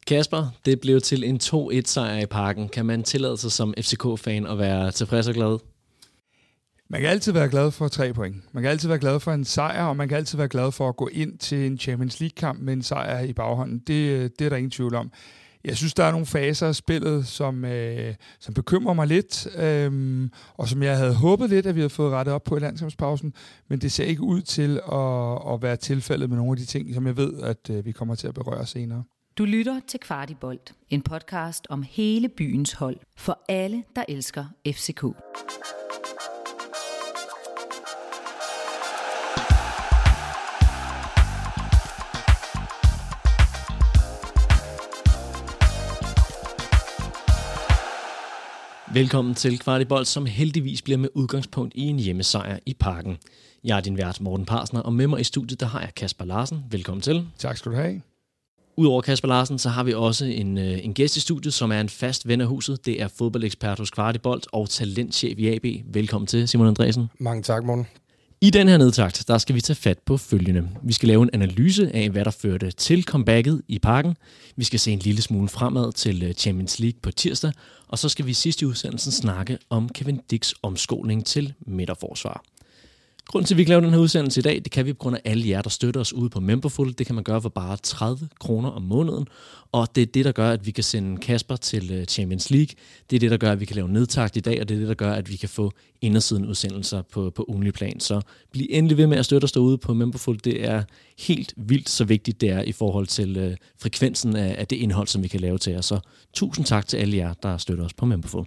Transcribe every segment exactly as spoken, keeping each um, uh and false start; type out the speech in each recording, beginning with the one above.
Kasper, det blev til en to et sejr i Parken. Kan man tillade sig som F C K-fan at være tilfreds og glad? Man kan altid være glad for tre point. Man kan altid være glad for en sejr, og man kan altid være glad for at gå ind til en Champions League-kamp med en sejr i baghånden. Det, det er der ingen tvivl om. Jeg synes, der er nogle faser af spillet, som, øh, som bekymrer mig lidt, øh, og som jeg havde håbet lidt, at vi havde fået rettet op på i landskampspausen, men det ser ikke ud til at, at være tilfældet med nogle af de ting, som jeg ved, at øh, vi kommer til at berøre senere. Du lytter til Kvartibolt, en podcast om hele byens hold, for alle, der elsker F C K. Velkommen til Kvartibolt, som heldigvis bliver med udgangspunkt i en hjemmesejr i Parken. Jeg er din vært Morten Parsner, og med mig i studiet, der har jeg Kasper Larsen. Velkommen til. Tak skal du have. Udover Kasper Larsen, så har vi også en, en gæst i studiet, som er en fast ven af huset. Det er fodboldekspert hos Kvartibolt og talentchef i A B. Velkommen til, Simon Andresen. Mange tak, Morten. I den her nedtakt, der skal vi tage fat på følgende. Vi skal lave en analyse af, hvad der førte til comebacket i Parken. Vi skal se en lille smule fremad til Champions League på tirsdag. Og så skal vi sidst i udsendelsen snakke om Kevin Dicks omskoling til midterforsvar. Grunden til, at vi kan lave den her udsendelse i dag, det kan vi på grund af alle jer, der støtter os ude på Memberful. Det kan man gøre for bare tredive kroner om måneden. Og det er det, der gør, at vi kan sende Kasper til Champions League. Det er det, der gør, at vi kan lave nedtakt i dag, og det er det, der gør, at vi kan få indersiden udsendelser på, på ugenlig plan. Så bliv endelig ved med at støtte os derude på Memberful. Det er helt vildt så vigtigt, det er i forhold til øh, frekvensen af, af det indhold, som vi kan lave til jer. Så tusind tak til alle jer, der støtter os på Memberful.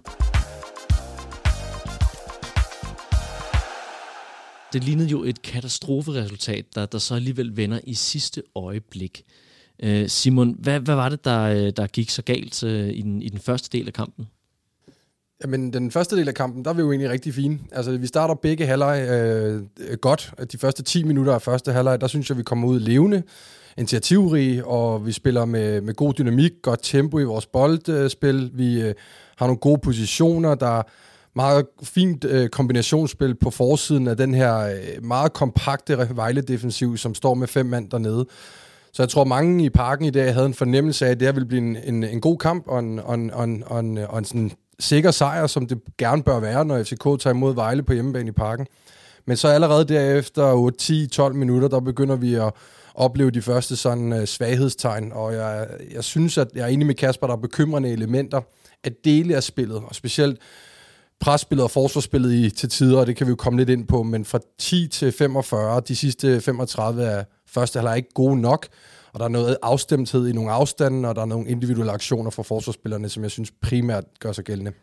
Det lignede jo et katastroferesultat, der, der så alligevel vender i sidste øjeblik. Øh, Simon, hvad, hvad var det, der, der gik så galt øh, i, den, i den første del af kampen? Jamen, den første del af kampen, der er vi jo egentlig rigtig fine. Altså, vi starter begge halvleg øh, godt. De første ti minutter af første halvleg, der synes jeg, vi kommer ud levende, initiativrige, og vi spiller med, med god dynamik, godt tempo i vores boldspil. Vi øh, har nogle gode positioner, der meget fint øh, kombinationsspil på forsiden af den her øh, meget kompakte Vejle-defensiv, som står med fem mand dernede. Så jeg tror, mange i Parken i dag havde en fornemmelse af, at det her ville blive en, en, en god kamp og en, og en, og en, og en, og en sådan sikker sejr, som det gerne bør være, når F C K tager imod Vejle på hjemmebane i Parken. Men så allerede derefter otte, ti, tolv minutter, der begynder vi at opleve de første sådan uh, svaghedstegn, og jeg, jeg synes, at jeg er enig med Kasper, der er bekymrende elementer at dele af spillet, og specielt presspillet og forsvarsspillet i, til tider, og det kan vi jo komme lidt ind på, men fra ti til femogfyrre, de sidste femogtredive er første halvleg ikke gode nok, og der er noget afstemthed i nogle afstande, og der er nogle individuelle aktioner fra forsvarsspillerne, som jeg synes primært gør sig gældende.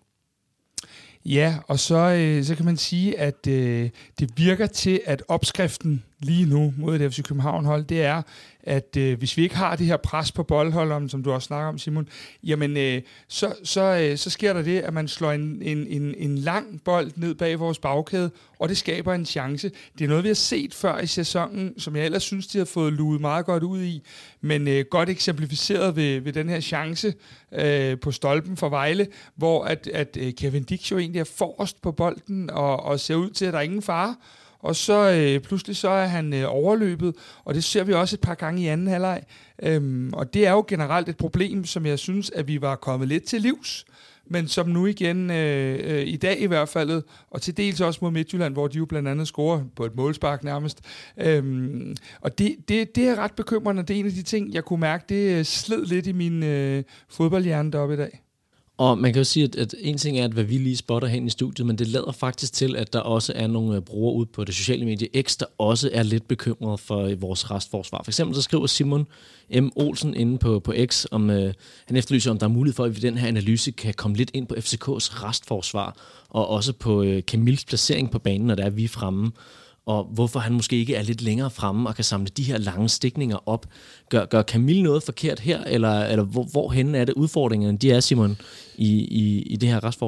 Ja, og så, øh, så kan man sige, at øh, det virker til, at opskriften lige nu mod et F C København-hold, det er, at øh, hvis vi ikke har det her pres på boldholderen, som du også snakker om, Simon, jamen øh, så, så, øh, så sker der det, at man slår en, en, en, en lang bold ned bag vores bagkæde, og det skaber en chance. Det er noget, vi har set før i sæsonen, som jeg ellers synes, de har fået luet meget godt ud i, men øh, godt eksemplificeret ved, ved den her chance øh, på stolpen for Vejle, hvor at, at øh, Kevin Dicks jo egentlig er forrest på bolden, og, og ser ud til, at der er ingen fare. Og så øh, pludselig så er han øh, overløbet, og det ser vi også et par gange i anden halvleg. Øhm, og det er jo generelt et problem, som jeg synes, at vi var kommet lidt til livs, men som nu igen øh, øh, i dag i hvert fald, og til dels også mod Midtjylland, hvor de jo blandt andet scorer på et målspark nærmest. Øhm, og det, det, det er ret bekymrende, det er en af de ting, jeg kunne mærke, det sled lidt i min øh, fodboldhjerne deroppe i dag. Og man kan jo sige, at, at en ting er, at hvad vi lige spotter hen i studiet, men det lader faktisk til, at der også er nogle brugere ude på det sociale medie X, der også er lidt bekymret for vores restforsvar. For eksempel så skriver Simon M. Olsen inde på, på X, om øh, han efterlyser, om der er mulighed for, at vi den her analyse kan komme lidt ind på F C K's restforsvar, og også på øh, Camilles placering på banen, når der er vi fremme. Og hvorfor han måske ikke er lidt længere fremme og kan samle de her lange stikninger op. Gør, gør Camille noget forkert her, eller, eller hvor, hvorhenne er det udfordringerne, de er, Simon, i, i, i det her restforsvar?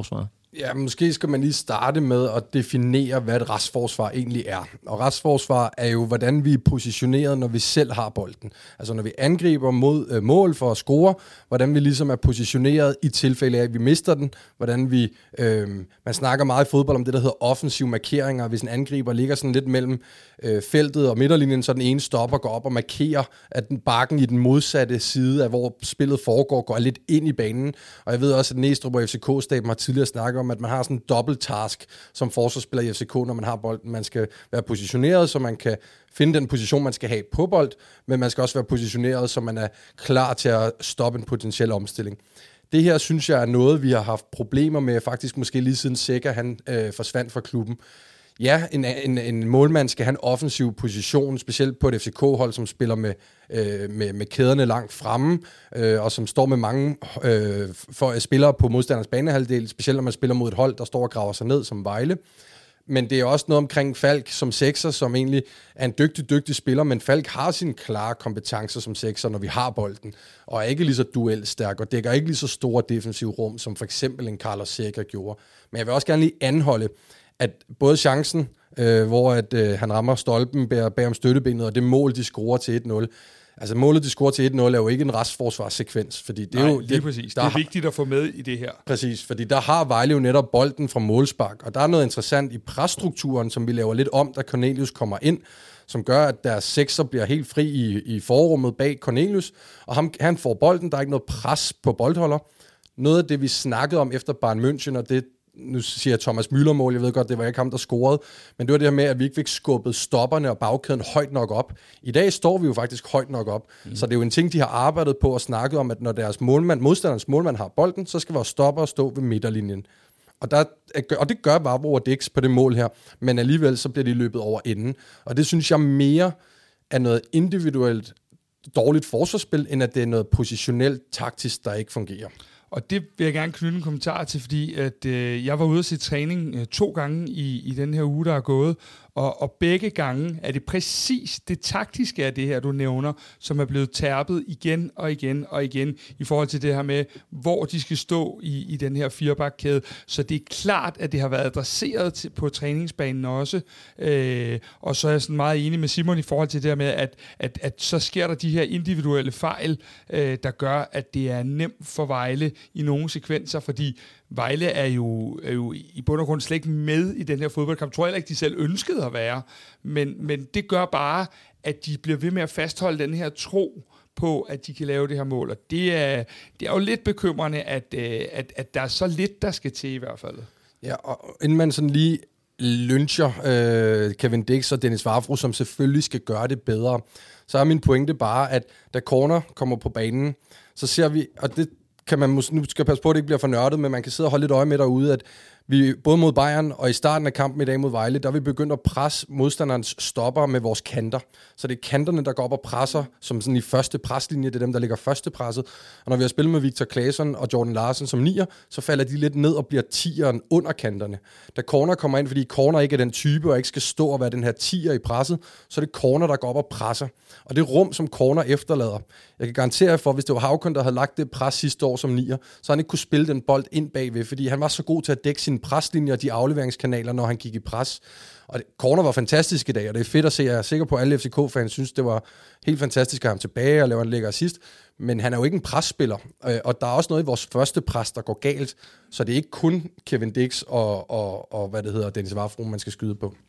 Ja, måske skal man lige starte med at definere, hvad et restforsvar egentlig er. Og restforsvar er jo, hvordan vi er positioneret, når vi selv har bolden. Altså når vi angriber mod øh, mål for at score, hvordan vi ligesom er positioneret i tilfælde af, at vi mister den. Hvordan vi, øh, man snakker meget i fodbold om det, der hedder offensiv markeringer. Hvis en angriber ligger sådan lidt mellem øh, feltet og midterlinjen, så den ene stopper går op og markerer, at den bakken i den modsatte side af, hvor spillet foregår, går lidt ind i banen. Og jeg ved også, at Næstrup og F C K-staben har tidligere snakket om, at man har sådan en dobbelt task som forsvarsspiller i F C K, når man har bolden. Man skal være positioneret, så man kan finde den position, man skal have på bold, men man skal også være positioneret, så man er klar til at stoppe en potentiel omstilling. Det her, synes jeg, er noget, vi har haft problemer med, faktisk måske lige siden Sækker, han øh, forsvandt fra klubben. Ja, en, en, en målmand skal have en offensiv position, specielt på et F C K-hold, som spiller med, øh, med, med kæderne langt fremme, øh, og som står med mange øh, for, spillere på modstanders banehalvdel, specielt når man spiller mod et hold, der står og graver sig ned som Vejle. Men det er også noget omkring Falk som sekser, som egentlig er en dygtig, dygtig spiller, men Falk har sine klare kompetencer som sekser, når vi har bolden, og er ikke lige så duelstærk, og dækker ikke lige så store defensive rum, som for eksempel en Carlos Sækker gjorde. Men jeg vil også gerne lige anholde, at både chancen, øh, hvor at, øh, han rammer stolpen bag, bag om støttebenet, og det mål, de scorer til et nul. Altså målet, de scorer til et nul, er jo ikke en restforsvarssekvens. Fordi det Nej, er jo, lige det, præcis. Der det er vigtigt at få med i det her. Præcis, fordi der har Vejle jo netop bolden fra målspark, og der er noget interessant i presstrukturen, som vi laver lidt om, da Cornelius kommer ind, som gør, at deres sekser bliver helt fri i, i forrummet bag Cornelius, og ham, han får bolden, der er ikke noget pres på boldholder. Noget af det, vi snakkede om efter Bayern München, og det nu siger jeg Thomas Müller-mål, jeg ved godt, det var ikke ham, der scorede, men det var det her med, at vi ikke fik skubbet stopperne og bagkæden højt nok op. I dag står vi jo faktisk højt nok op, mm. så det er jo en ting, de har arbejdet på og snakket om, at når deres målmand, modstanderens målmand har bolden, så skal vores stopper stå ved midterlinjen. Og, der, og det gør Vavro og Dix på det mål her, men alligevel så bliver de løbet over enden. Og det synes jeg mere er noget individuelt dårligt forsvarsspil, end at det er noget positionelt taktisk, der ikke fungerer. Og det vil jeg gerne knytte en kommentar til, fordi at, øh, jeg var ude at se træning øh, to gange i, i den her uge, der er gået, og, og begge gange er det præcis det taktiske af det her, du nævner, som er blevet tærpet igen og igen og igen, i forhold til det her med, hvor de skal stå i, i den her firebakkæde. Så det er klart, at det har været adresseret til, på træningsbanen også, øh, og så er jeg sådan meget enig med Simon i forhold til det her med, at, at, at så sker der de her individuelle fejl, øh, der gør, at det er nemt for Vejle i nogle sekvenser, fordi Vejle er jo, er jo i bund og grund slet ikke med i den her fodboldkamp. Jeg tror heller ikke, de selv ønskede at være. Men, men det gør bare, at de bliver ved med at fastholde den her tro på, at de kan lave det her mål. Og det er, det er jo lidt bekymrende, at, at, at der er så lidt, der skal til i hvert fald. Ja, og inden man sådan lige lyncher øh, Kevin Dix og Dennis Vavro, som selvfølgelig skal gøre det bedre, så er min pointe bare, at da corner kommer på banen, så ser vi, og det kan man måske, nu skal passe på, at det ikke bliver for nørdet, men man kan sidde og holde lidt øje med derude, at vi både mod Bayern og i starten af kampen i dag mod Vejle, der er vi begyndt at presse modstanderens stopper med vores kanter. Så det er kanterne, der går op og presser, som sådan i første preslinje, det er dem, der ligger første presset. Og når vi har spillet med Victor Claesson og Jordan Larsen som nier, så falder de lidt ned og bliver tieren under kanterne. Da corner kommer ind, fordi corner ikke er den type, og ikke skal stå og være den her tier i presset, så er det corner, der går op og presser. Og det rum, som corner efterlader, jeg kan garantere for, hvis det var Havkon, der havde lagt det pres sidste år som nier, så han ikke kunne spille den bold ind bagved, fordi han var så god til at dække sine preslinjer og de afleveringskanaler, når han gik i pres. Og det, corner var fantastisk i dag, og det er fedt at se. Jeg er sikker på, at alle F C K-fans synes, det var helt fantastisk at have ham tilbage og lave en lækker assist. Men han er jo ikke en presspiller, og der er også noget i vores første pres, der går galt. Så det er ikke kun Kevin Dix og, og, og hvad det hedder, Dennis Vavro, man skal skyde på.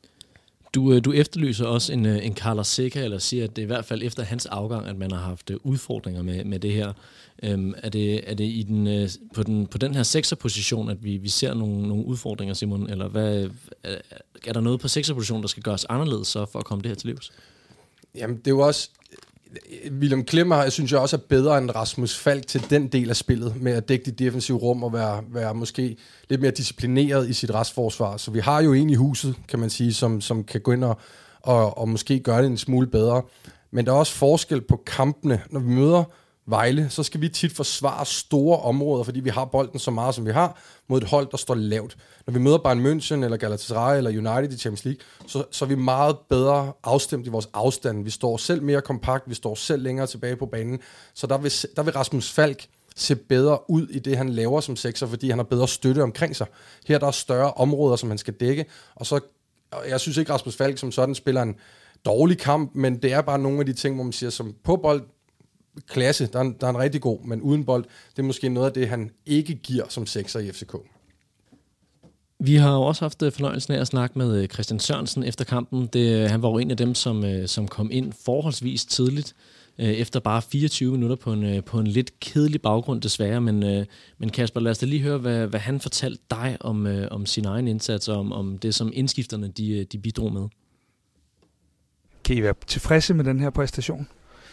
Du, du efterlyser også en, en Carlos Sækker, eller siger, at det er i hvert fald efter hans afgang, at man har haft udfordringer med, med det her. Øhm, er det, er det i den, på, den, på den her sekserposition, at vi, vi ser nogle, nogle udfordringer, Simon? Eller hvad, er, er der noget på sekserpositionen, der skal gøres anderledes så for at komme det her til livs? Jamen, det er jo også... William Klemmer, jeg synes jeg også er bedre end Rasmus Falk til den del af spillet, med at dække de defensive rum og være, være måske lidt mere disciplineret i sit restforsvar. Så vi har jo en i huset, kan man sige, som, som kan gå ind og, og, og måske gøre det en smule bedre. Men der er også forskel på kampene. Når vi møder Vejle, så skal vi tit forsvare store områder, fordi vi har bolden så meget, som vi har, mod et hold, der står lavt. Når vi møder Bayern München, eller Galatasaray, eller United i Champions League, så, så er vi meget bedre afstemt i vores afstand. Vi står selv mere kompakt, vi står selv længere tilbage på banen. Så der vil, der vil Rasmus Falk se bedre ud i det, han laver som sekser, fordi han har bedre støtte omkring sig. Her der er større områder, som han skal dække, og så, jeg synes ikke, Rasmus Falk som sådan spiller en dårlig kamp, men det er bare nogle af de ting, hvor man siger, som på bold, klasse, der er, en, der er en rigtig god, men uden bold, det er måske noget af det, han ikke giver som sekser i F C K. Vi har jo også haft fornøjelsen af at snakke med Christian Sørensen efter kampen. Det, han var jo en af dem, som, som kom ind forholdsvis tidligt, efter bare fireogtyve minutter på en, på en lidt kedelig baggrund desværre. Men, men Kasper, lad os da lige høre, hvad, hvad han fortalte dig om, om sin egen indsats, og om, om det, som indskifterne de, de bidrog med. Kan I være tilfredse med den her præstation?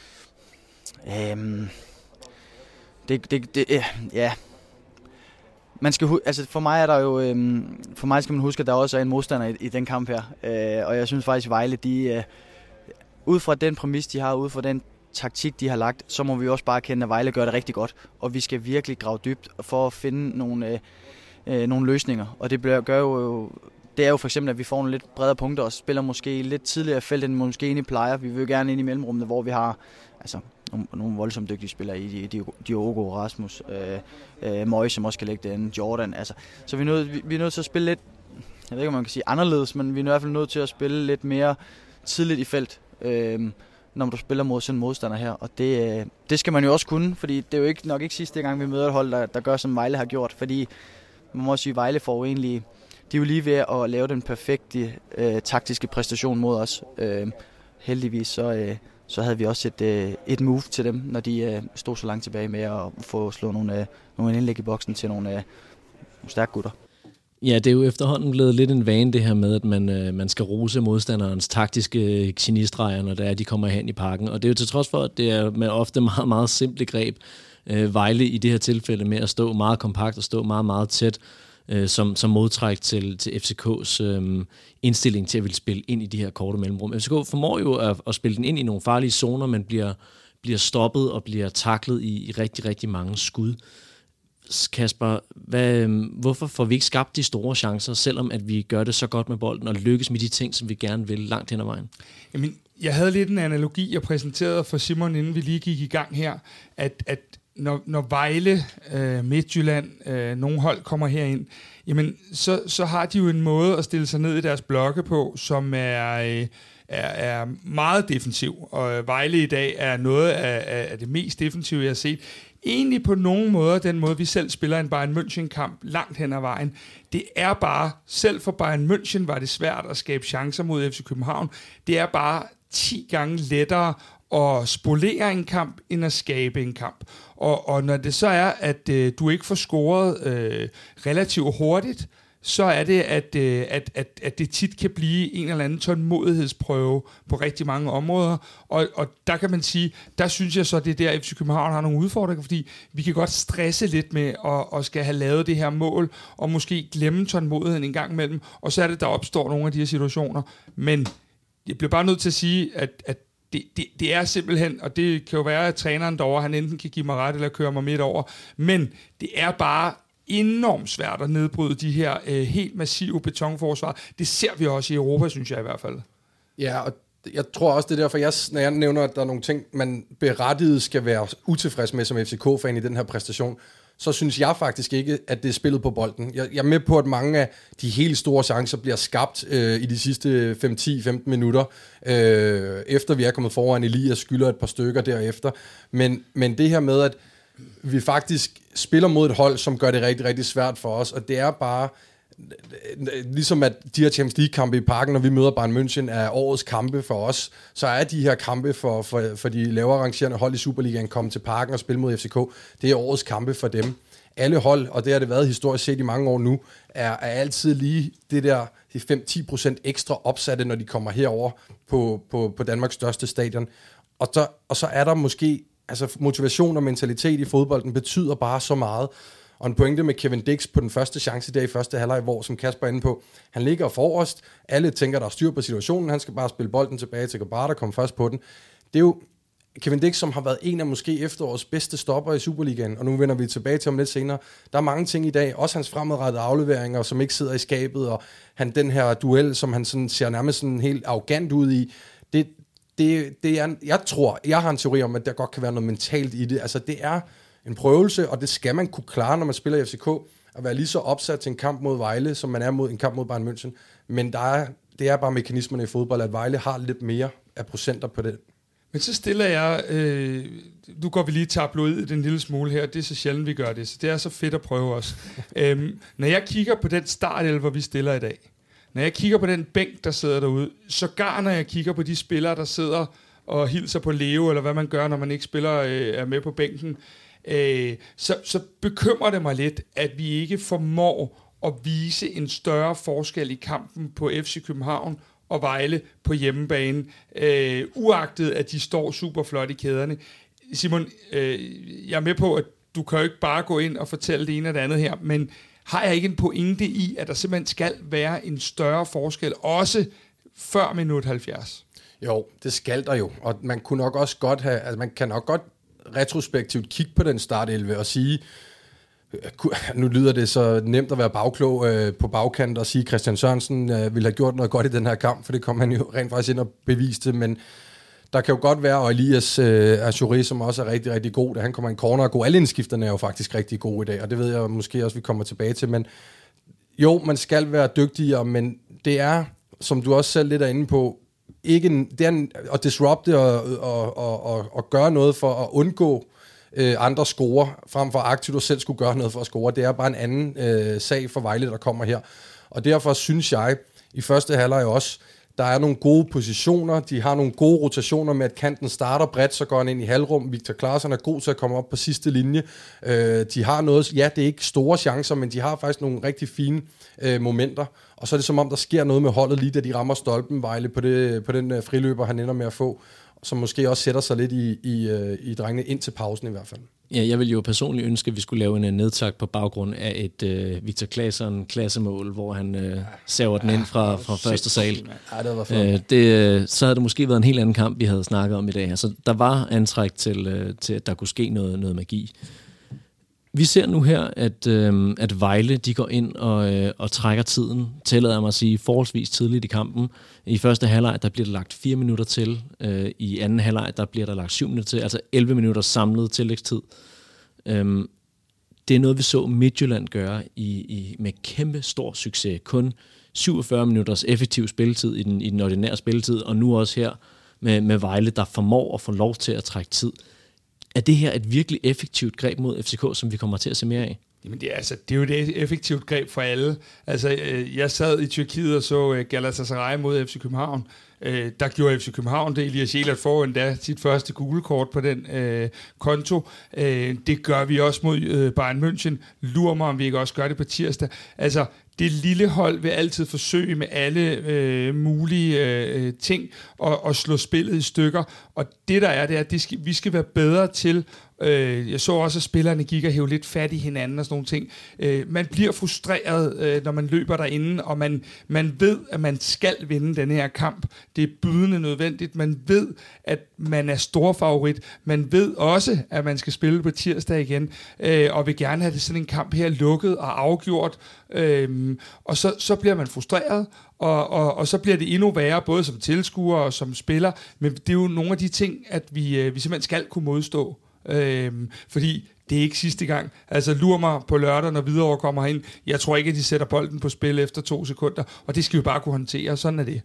Øhm, det, det, det, ja... Man skal hu- altså for mig er der jo øhm, for mig skal man huske, at der også er en modstander i, i den kamp her, øh, og jeg synes faktisk Vejle, de øh, ud fra den præmis de har, ud fra den taktik de har lagt, så må vi også bare erkende, at Vejle gør det rigtig godt, og vi skal virkelig grave dybt for at finde nogle øh, øh, nogle løsninger, og det bliver, gør jo det er jo for eksempel, at vi får nogle lidt bredere punkter og spiller måske lidt tidligere felt, end måske egentlig plejer. Vi vil jo gerne ind i mellemrummene, hvor vi har altså nogle, nogle voldsomt dygtige spillere i Diogo, Rasmus, øh, øh, Møje, som også kan lægge den, Jordan. Altså, så vi er, nødt, vi, vi er nødt til at spille lidt, jeg ved ikke, om man kan sige anderledes, men vi er i hvert fald nødt til at spille lidt mere tidligt i felt, øh, når du spiller mod sådan en modstander her. Og det, øh, det skal man jo også kunne, fordi det er jo ikke, nok ikke sidste gang, vi møder et hold, der, der gør, som Vejle har gjort. Fordi man må sige, at Vejle får jo egentlig, de er jo lige ved at lave den perfekte øh, taktiske præstation mod os. Øh, heldigvis så... Øh, så havde vi også et, øh, et move til dem, når de øh, stod så langt tilbage med at få slået nogle, øh, nogle indlæg i boksen til nogle, øh, nogle stærke gutter. Ja, det er jo efterhånden blevet lidt en vane det her med, at man, øh, man skal rose modstanderens taktiske genistreger, når det er, de kommer hen i parken. Og det er jo til trods for, at det er med ofte meget, meget simple greb. Øh, Vejle i det her tilfælde med at stå meget kompakt og stå meget, meget tæt, øh, som, som modtræk til, til F C K's øh, indstilling til at ville spille ind i de her korte mellemrum. F C K formår jo at, at spille den ind i nogle farlige zoner, men bliver, bliver stoppet og bliver taklet i, i rigtig, rigtig mange skud. Kasper, hvad, hvorfor får vi ikke skabt de store chancer, selvom at vi gør det så godt med bolden og lykkes med de ting, som vi gerne vil langt hen ad vejen? Jamen, jeg havde lidt en analogi, jeg præsenterede for Simon, inden vi lige gik i gang her, at, at når, når Vejle, øh, Midtjylland, øh, nogle hold kommer herind, jamen, så, så har de jo en måde at stille sig ned i deres blokke på, som er... Øh, Er, er meget defensiv, og Vejle i dag er noget af, af det mest defensive, jeg har set. Egentlig på nogle måder, den måde, vi selv spiller en Bayern München-kamp langt hen ad vejen, det er bare, selv for Bayern München var det svært at skabe chancer mod F C København, det er bare ti gange lettere at spolere en kamp, end at skabe en kamp. Og, og når det så er, at øh, du ikke får scoret øh, relativt hurtigt, så er det, at, at, at, at det tit kan blive en eller anden tålmodighedsprøve på rigtig mange områder. Og, og der kan man sige, der synes jeg så, at det er der, F C København har nogle udfordringer, fordi vi kan godt stresse lidt med at, at skal have lavet det her mål, og måske glemme tålmodigheden en gang imellem, og så er det, der opstår nogle af de her situationer. Men jeg bliver bare nødt til at sige, at, at det, det, det er simpelthen, og det kan jo være, at træneren derovre, han enten kan give mig ret, eller køre mig midt over, men det er bare enormt svært at nedbryde de her øh, helt massive betonforsvar. Det ser vi også i Europa, synes jeg i hvert fald. Ja, og jeg tror også, det er derfor, jeg, når jeg nævner, at der er nogle ting, man berettiget skal være utilfreds med som F C K-fan i den her præstation, så synes jeg faktisk ikke, at det er spillet på bolden. Jeg, jeg er med på, at mange af de helt store chancer bliver skabt øh, i de sidste fem til femten minutter, øh, efter vi er kommet foran. Elias skylder et par stykker derefter. Men, men det her med, at vi faktisk spiller mod et hold, som gør det rigtig, rigtig svært for os, og det er bare, ligesom at de her Champions League-kampe i parken, når vi møder Bayern München, er årets kampe for os, så er de her kampe for, for, for de lavere rangerende hold i Superligaen komme til parken og spille mod F C K, det er årets kampe for dem. Alle hold, og det har det været historisk set i mange år nu, er, er altid lige det der fem til ti procent ekstra opsatte, når de kommer herover på, på, på Danmarks største stadion. Og så, og så er der måske altså motivation og mentalitet i fodbolden betyder bare så meget. Og en pointe med Kevin Dix på den første chance der i første halvleg, hvor, som Kasper er inde på, han ligger forrest. Alle tænker, der er styr på situationen. Han skal bare spille bolden tilbage til Gabata, komme først på den. Det er jo Kevin Dix, som har været en af måske efterårets bedste stopper i Superligaen, og nu vender vi tilbage til ham lidt senere. Der er mange ting i dag, også hans fremadrettede afleveringer, som ikke sidder i skabet, og han, den her duel, som han sådan ser nærmest sådan helt arrogant ud i. Det Det, det er, jeg tror, jeg har en teori om, at der godt kan være noget mentalt i det. Altså, det er en prøvelse, og det skal man kunne klare, når man spiller i F C K, at være lige så opsat til en kamp mod Vejle, som man er mod en kamp mod Bayern München. Men der er, det er bare mekanismerne i fodbold, at Vejle har lidt mere af procenter på det. Men så stiller jeg, øh, nu går vi lige tabloidet en lille smule her, det er så sjældent, vi gør det, så det er så fedt at prøve os. øhm, når jeg kigger på den startelver, vi stiller i dag, når jeg kigger på den bænk, der sidder derude, sågar når jeg kigger på de spillere, der sidder og hilser på Leo, eller hvad man gør, når man ikke spiller øh, er med på bænken, øh, så, så bekymrer det mig lidt, at vi ikke formår at vise en større forskel i kampen på F C København og Vejle på hjemmebane, øh, uagtet at de står super flot i kæderne. Simon, øh, jeg er med på, at du kan jo ikke bare gå ind og fortælle det ene og det andet her, men har jeg ikke en pointe i, at der simpelthen skal være en større forskel, også før minut halvfjerds? Jo, det skal der jo, og man kunne nok også godt have, altså man kan nok godt retrospektivt kigge på den startelve og sige, nu lyder det så nemt at være bagklog øh, på bagkant og sige, at Christian Sørensen øh, ville have gjort noget godt i den her kamp, for det kom han jo rent faktisk ind og beviste, men der kan jo godt være, og Elias øh, Achouri, som også er rigtig, rigtig god, da han kommer i en corner og god. Alle indskifterne er jo faktisk rigtig gode i dag, og det ved jeg måske også, vi kommer tilbage til, men jo, man skal være dygtigere, men det er, som du også selv lidt er inde på, ikke en, det er en, at disrupte og, og, og, og, og gøre noget for at undgå øh, andre scorer, frem for aktivt at selv skulle gøre noget for at score. Det er bare en anden øh, sag for Vejle, der kommer her. Og derfor synes jeg, i første halvleg også, der er nogle gode positioner, de har nogle gode rotationer med, at kanten starter bredt, så går han ind i halvrum. Victor Claesson er god til at komme op på sidste linje. Øh, de har noget, ja, det er ikke store chancer, men de har faktisk nogle rigtig fine øh, momenter. Og så er det som om, der sker noget med holdet, lige da de rammer stolpen, Vejle, på, det, på den øh, friløber, han ender med at få, som måske også sætter sig lidt i, i, øh, i drengene ind til pausen i hvert fald. Ja, jeg vil jo personligt ønske, at vi skulle lave en nedtakt på baggrund af et øh, Victor Claesson klassemål, hvor han øh, saver den ind fra, fra første sal. Ja, det var øh, det, så havde det måske været en helt anden kamp, vi havde snakket om i dag. Altså, der var antræk til, øh, til, at der kunne ske noget, noget magi. Vi ser nu her, at, øh, at Vejle de går ind og, øh, og trækker tiden, tillader jeg mig at sige, forholdsvis tidligt i kampen. I første halvleg, der bliver der lagt fire minutter til. Øh, I anden halvleg, der bliver der lagt syv minutter til, altså elleve minutter samlet tillægstid. Øh, det er noget, vi så Midtjylland gøre i, i, med kæmpe stor succes. Kun syvogfyrre minutters effektiv spilletid i den, i den ordinære spilletid, og nu også her med, med Vejle, der formår at få lov til at trække tid. Er det her et virkelig effektivt greb mod F C K, som vi kommer til at se mere af? Jamen det er, altså, det er jo et effektivt greb for alle. Altså, øh, jeg sad i Tyrkiet og så øh, Galatasaray mod F C København. Øh, der gjorde F C København det. Elias Jelert får endda sit første gule kort på den øh, konto. Øh, det gør vi også mod øh, Bayern München. Lurer mig, om vi ikke også gør det på tirsdag. Altså, det lille hold vil altid forsøge med alle øh, mulige øh, ting at, at slå spillet i stykker. Og det der er, det er, at det skal, vi skal være bedre til. Øh, jeg så også, at spillerne gik og hævde lidt fat i hinanden og sådan nogle ting. Øh, man bliver frustreret, øh, når man løber derinde, og man, man ved, at man skal vinde den her kamp. Det er bydende nødvendigt. Man ved, at man er stor favorit. Man ved også, at man skal spille på tirsdag igen, øh, og vil gerne have det sådan en kamp her lukket og afgjort. Øh, og så, så bliver man frustreret, og, og, og så bliver det endnu værre, både som tilskuer og som spiller. Men det er jo nogle af de ting, at vi, øh, vi simpelthen skal kunne modstå. Øhm, fordi det er ikke sidste gang. Altså lur mig på lørdag, når Hvidovre kommer herind. Jeg tror ikke, at de sætter bolden på spil efter to sekunder, og det skal vi bare kunne håndtere. Sådan er det.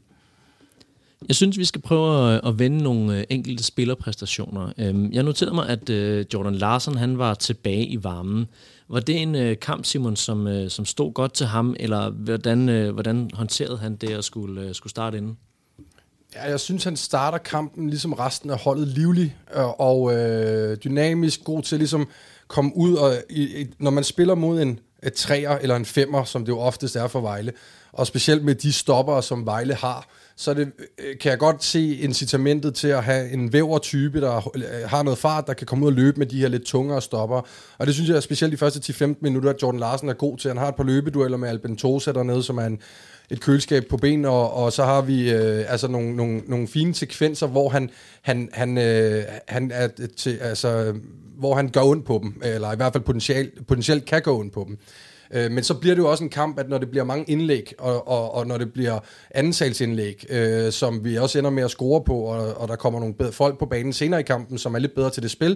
Jeg synes, vi skal prøve at vende nogle enkelte spillerpræstationer. Jeg noterede mig, at Jordan Larsen han var tilbage i varmen. Var det en kamp, Simon, som, som stod godt til ham, eller hvordan, hvordan håndterede han det at skulle, skulle starte inden? Ja, jeg synes, han starter kampen ligesom resten af holdet livlig og, og øh, dynamisk, god til ligesom komme ud, og i, i, når man spiller mod en et træer eller en femmer, som det jo oftest er for Vejle, og specielt med de stopper, som Vejle har, så det, øh, kan jeg godt se incitamentet til at have en væver-type, der øh, har noget fart, der kan komme ud og løbe med de her lidt tungere stopper. Og det synes jeg specielt de første ti til femten minutter, at Jordan Larsen er god til. Han har et par løbedueller med Albentosa dernede, som er en et køleskab på ben, og, og så har vi øh, altså nogle, nogle, nogle fine sekvenser, hvor han, han, han, øh, han er til, altså, hvor han går ondt på dem, eller i hvert fald potentielt, potentielt kan gå ondt på dem. Øh, men så bliver det jo også en kamp, at når det bliver mange indlæg, og, og, og når det bliver andensalsindlæg, øh, som vi også ender med at score på, og, og der kommer nogle bedre folk på banen senere i kampen, som er lidt bedre til det spil,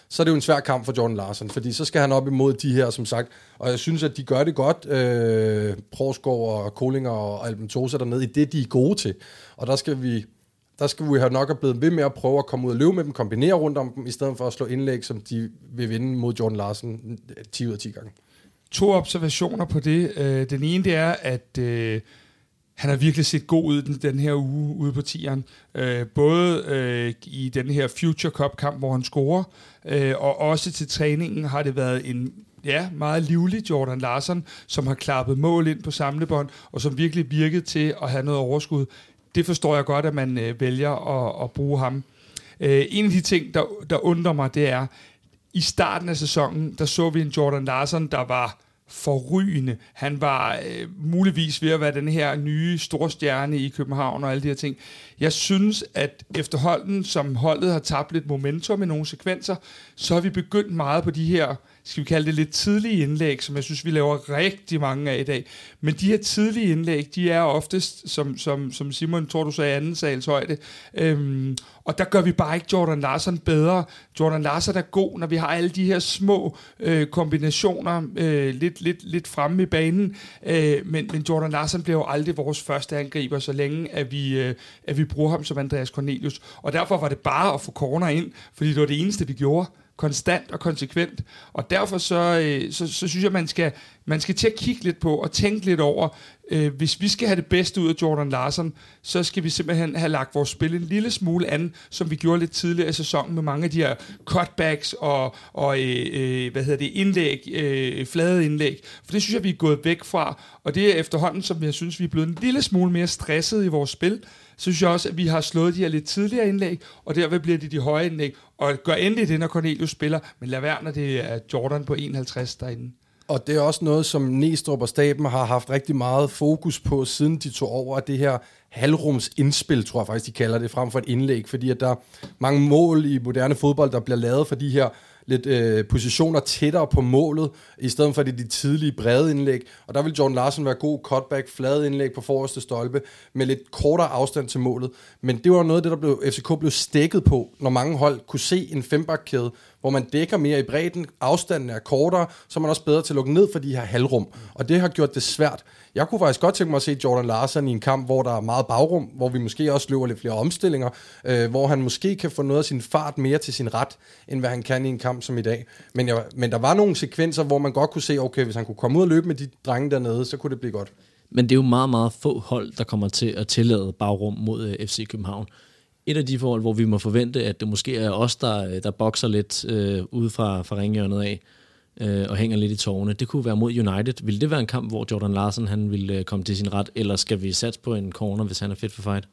så er det jo en svær kamp for Jordan Larsen, fordi så skal han op imod de her, som sagt, og jeg synes, at de gør det godt, øh, Prosgaard og Kolinger og Albentosa dernede, i det, de er gode til. Og der skal vi, der skal vi have nok at blive ved med at prøve at komme ud og løbe med dem, kombinere rundt om dem, i stedet for at slå indlæg, som de vil vinde mod Jordan Larsen ti ud af ti gange. To observationer på det. Den ene, det er, at øh, han har virkelig set god ud den, den her uge ude på tieren. Øh, både øh, i den her Future Cup-kamp, hvor han scorer, øh, og også til træningen har det været en ja, meget livlig Jordan Larsen, som har klappet mål ind på samlebånd, og som virkelig virkede til at have noget overskud. Det forstår jeg godt, at man øh, vælger at, at bruge ham. Øh, en af de ting, der, der undrer mig, det er, i starten af sæsonen, der så vi en Jordan Larsen, der var forrygende. Han var øh, muligvis ved at være den her nye storstjerne i København og alle de her ting. Jeg synes, at efterhånden, som holdet har tabt lidt momentum i nogle sekvenser, så har vi begyndt meget på de her, skal vi kalde det lidt tidlige indlæg, som jeg synes, vi laver rigtig mange af i dag. Men de her tidlige indlæg, de er oftest, som, som, som Simon, tror du sagde, anden sals højde. Øhm, og der gør vi bare ikke Jordan Larsen bedre. Jordan Larsen er god, når vi har alle de her små øh, kombinationer øh, lidt, lidt, lidt fremme i banen. Øh, men, men Jordan Larsen bliver jo aldrig vores første angriber, så længe at vi, øh, at vi bruger ham som Andreas Cornelius. Og derfor var det bare at få corner ind, fordi det var det eneste, vi gjorde. Konstant og konsekvent. Og derfor så, øh, så, så synes jeg, man skal, man skal til at kigge lidt på og tænke lidt over, øh, hvis vi skal have det bedste ud af Jordan Larsen, så skal vi simpelthen have lagt vores spil en lille smule an, som vi gjorde lidt tidligere i sæsonen med mange af de her cutbacks og, og øh, øh, hvad hedder det, indlæg, øh, flade indlæg. For det synes jeg, vi er gået væk fra. Og det er efterhånden, som jeg synes, vi er blevet en lille smule mere stresset i vores spil. Så synes jeg også, at vi har slået de her lidt tidligere indlæg, og derved bliver det de høje indlæg. Og gør endelig det, når Cornelius spiller, men lad være, når det er Jordan på enoghalvtreds derinde. Og det er også noget, som Næstrup og staben har haft rigtig meget fokus på, siden de tog over det her halvrums indspil, tror jeg faktisk, de kalder det, frem for et indlæg. Fordi at der er mange mål i moderne fodbold, der bliver lavet for de her lidt øh, positioner tættere på målet, i stedet for det de tidlige brede indlæg. Og der vil Jordan Larsen være god cutback, flade indlæg på forreste stolpe, med lidt kortere afstand til målet. Men det var noget af det, der blev, F C K blev stækket på, når mange hold kunne se en fembakkæde, hvor man dækker mere i bredden, afstanden er kortere, så er man også bedre til at lukke ned for de her halvrum. Og det har gjort det svært. Jeg kunne faktisk godt tænke mig at se Jordan Larsen i en kamp, hvor der er meget bagrum, hvor vi måske også løber lidt flere omstillinger, øh, hvor han måske kan få noget af sin fart mere til sin ret, end hvad han kan i en kamp som i dag. Men, jeg, men der var nogle sekvenser, hvor man godt kunne se, okay, hvis han kunne komme ud og løbe med de drenge dernede, så kunne det blive godt. Men det er jo meget, meget få hold, der kommer til at tillade bagrum mod F C København. Et af de forhold, hvor vi må forvente, at det måske er os, der, der bokser lidt øh, ude fra, fra ringhjørnet af, øh, og hænger lidt i tårne. Det kunne være mod United. Vil det være en kamp, hvor Jordan Larsen han vil komme til sin ret, eller skal vi satse på en corner, hvis han er fit for fight?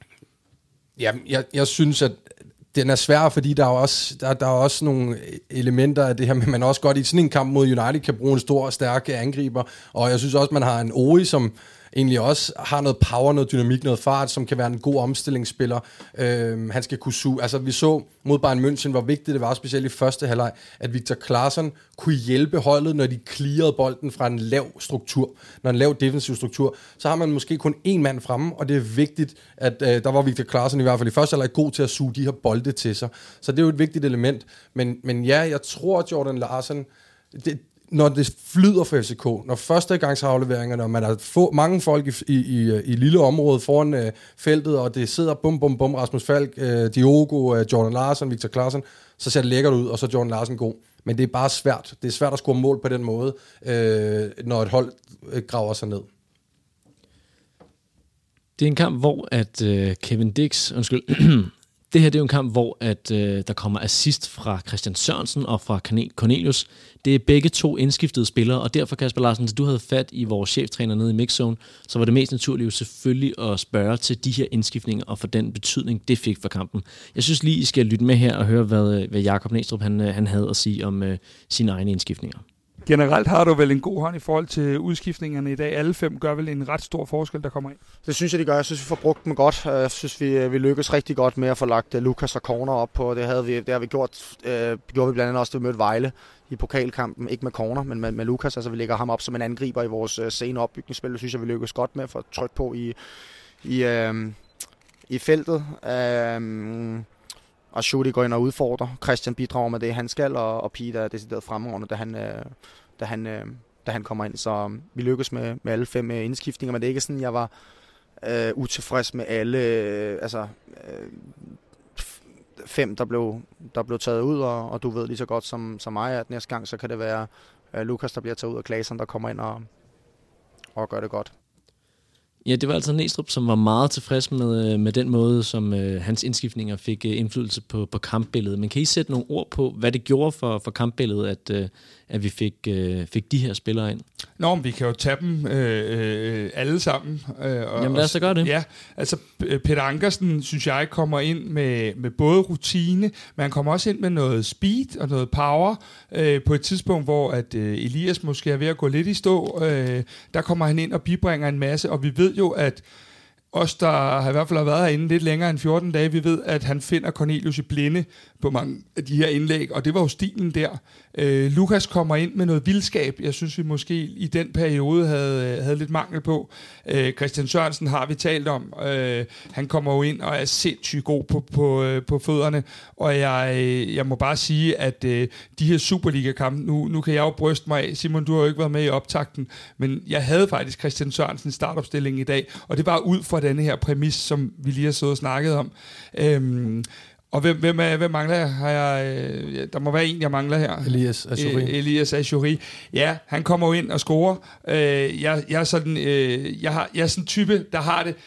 Ja, jeg, jeg synes, at den er svær, fordi der er også, der, der er også nogle elementer af det her, men man også godt i sådan en kamp mod United kan bruge en stor og stærk angriber, og jeg synes også, man har en Ori, som egentlig også har noget power, noget dynamik, noget fart, som kan være en god omstillingsspiller. Øhm, han skal kunne suge. Altså, vi så mod Bayern München, hvor vigtigt det var, specielt i første halvleg, at Viktor Claesson kunne hjælpe holdet, når de clearede bolden fra en lav struktur, når en lav defensiv struktur, så har man måske kun én mand fremme, og det er vigtigt, at øh, der var Viktor Claesson i hvert fald i første halvleg god til at suge de her bolde til sig. Så det er jo et vigtigt element. Men, men ja, jeg tror, at Jordan Larsen, det, når det flyder for F C K, når førstegangsafleveringerne, og man har få, mange folk i, i, i, i lille område foran øh, feltet, og det sidder bum, bum, bum, Rasmus Falk, øh, Diogo, øh, Jordan Larsen, Viktor Claesson, så ser det lækkert ud, og så er Jordan Larsen god. Men det er bare svært. Det er svært at score mål på den måde, øh, når et hold øh, graver sig ned. Det er en kamp, hvor at øh, Kevin Dix, undskyld, det her det er jo en kamp, hvor at, øh, der kommer assist fra Christian Sørensen og fra Cornelius. Det er begge to indskiftede spillere, og derfor, Kasper Larsen, hvis du havde fat i vores cheftræner nede i Mixzone, så var det mest naturligt jo selvfølgelig at spørge til de her indskiftninger og for den betydning, det fik for kampen. Jeg synes lige, I skal lytte med her og høre, hvad, hvad Jakob Næstrup han, han havde at sige om øh, sine egne indskiftninger. Generelt har du vel en god hånd i forhold til udskiftningerne i dag. Alle fem gør vel en ret stor forskel, der kommer ind. Det synes jeg, de gør. Jeg synes, vi får brugt dem godt. Jeg synes, vi, vi lykkes rigtig godt med at få lagt Lukas og corner op på. Det, havde vi, det har vi gjort. Det gjorde vi blandt andet også, da vi mødte Vejle i pokalkampen. Ikke med corner, men med, med Lukas. Altså, vi lægger ham op som en angriber i vores sene opbygningsspil. Det synes jeg, vi lykkes godt med at få tryk på i, i, øh, i feltet. Øh, og Shudi går ind og udfordrer. Christian bidrager med det, han skal, og, og Peter er decideret fremragende, da han, øh, da, han, øh, da han kommer ind. Så øh, vi lykkes med, med alle fem øh, indskiftninger, men det er ikke sådan, jeg var øh, utilfreds med alle øh, altså, øh, fem, der blev, der blev taget ud, og, og du ved lige så godt som, som mig, at næste gang, så kan det være øh, Lukas, der bliver taget ud, og Claesson, der kommer ind og, og gør det godt. Ja, det var altså Næstrup, som var meget tilfreds med, med den måde, som øh, hans indskiftninger fik øh, indflydelse på, på kampbilledet. Men kan I sætte nogle ord på, hvad det gjorde for, for kampbilledet, at, øh, at vi fik, øh, fik de her spillere ind? Nå, men vi kan jo tage dem øh, øh, alle sammen. Øh, og, Jamen lad os da gøre det. Ja, altså Peter Ankersen, synes jeg, kommer ind med, med både rutine, men han kommer også ind med noget speed og noget power øh, på et tidspunkt, hvor at øh, Elias måske er ved at gå lidt i stå. Øh, der kommer han ind og bibringer en masse, og vi ved jo, at os, der har i hvert fald været herinde lidt længere end fjorten dage, vi ved, at han finder Cornelius i blinde på mange af de her indlæg, og det var jo stilen der. Øh, Lukas kommer ind med noget vildskab, jeg synes, vi måske i den periode havde, havde lidt mangel på. Øh, Christian Sørensen har vi talt om. Øh, han kommer jo ind og er sindssygt god på, på, øh, på fødderne, og jeg, jeg må bare sige, at øh, de her Superliga-kampe, nu, nu kan jeg jo bryste mig af, Simon, du har jo ikke været med i optakten, men jeg havde faktisk Christian Sørensen startopstilling i dag, og det var ud fra denne her præmis, som vi lige har siddet og snakket om. Øhm, og hvem, hvem, er, hvem mangler jeg? Har jeg? Øh, der må være en, jeg mangler her. Elias Achouri. E- Elias Achouri. Ja, han kommer jo ind og scorer. Øh, jeg, jeg, er sådan, øh, jeg, har, jeg er sådan en type, der har det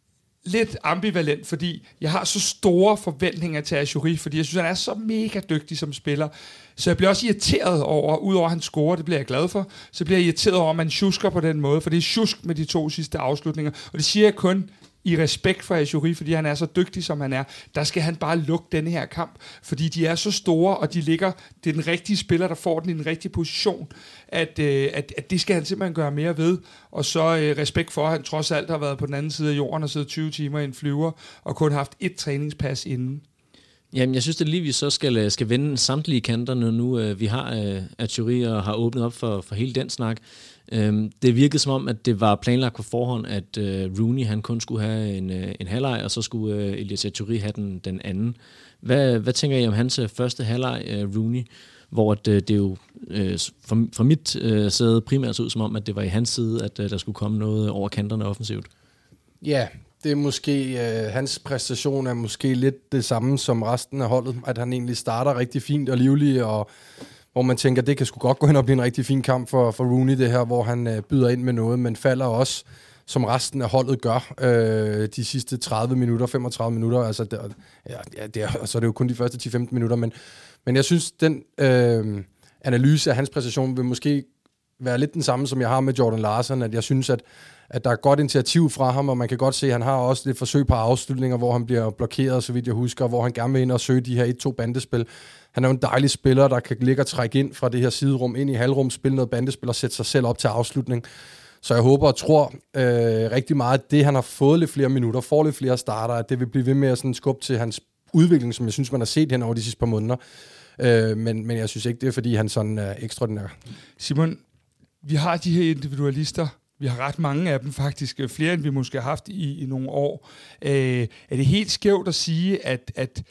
lidt ambivalent, fordi jeg har så store forventninger til Achouri, fordi jeg synes, han er så mega dygtig som spiller. Så jeg bliver også irriteret over, udover at han scorer, det bliver jeg glad for, så bliver jeg irriteret over, at man sjusker på den måde, for det er sjusk med de to sidste afslutninger. Og det siger jeg kun i respekt for Achouri, fordi han er så dygtig, som han er. Der skal han bare lukke denne her kamp, fordi de er så store, og de ligger, det er den rigtige spiller, der får den i den rigtige position, at, øh, at, at det skal han simpelthen gøre mere ved. Og så øh, respekt for, at han trods alt har været på den anden side af jorden og siddet tyve timer i en flyver, og kun haft et træningspas inden. Jamen, jeg synes, det lige vi så skal, skal vende samtlige kanter, når nu øh, vi har øh, Achouri og har åbnet op for, for hele den snak. Øhm, det virkede som om, at det var planlagt på forhånd, at øh, Rooney han kun skulle have en, øh, en halvleg, og så skulle øh, Elias Achouri have den, den anden. Hvad, hvad tænker I om hans øh, første halvleg, øh, Rooney? Hvor at, øh, det jo øh, fra, fra mit øh, sæde primært så ud som om, at det var i hans side, at øh, der skulle komme noget over kanterne offensivt. Ja, det er måske, øh, hans præstation er måske lidt det samme som resten af holdet, at han egentlig starter rigtig fint og livlig, og hvor man tænker, det kan sgu godt gå hen og blive en rigtig fin kamp for, for Rooney, det her, hvor han øh, byder ind med noget, men falder også, som resten af holdet gør, øh, de sidste tredive minutter, femogtredive minutter, altså, det, ja, det er, så er det jo kun de første ti til femten minutter, men, men jeg synes, den øh, analyse af hans præstation vil måske være lidt den samme, som jeg har med Jordan Larsen, at jeg synes, at at der er godt initiativ fra ham, og man kan godt se, at han har også lidt forsøg på afslutninger, hvor han bliver blokeret, så vidt jeg husker, hvor han gerne vil ind og søge de her et-to bandespil. Han er jo en dejlig spiller, der kan ligge og trække ind fra det her siderum, ind i halvrum, spille noget bandespil og sætte sig selv op til afslutning. Så jeg håber og tror øh, rigtig meget, at det, han har fået lidt flere minutter, får lidt flere starter, at det vil blive ved med at sådan skubbe til hans udvikling, som jeg synes, man har set hen over de sidste par måneder. Øh, men, men jeg synes ikke, det er, fordi han sådan er ekstraordinær. Simon, vi har de her individualister. Vi har ret mange af dem faktisk, flere end vi måske har haft i, i nogle år. Øh, er det helt skævt at sige, at, at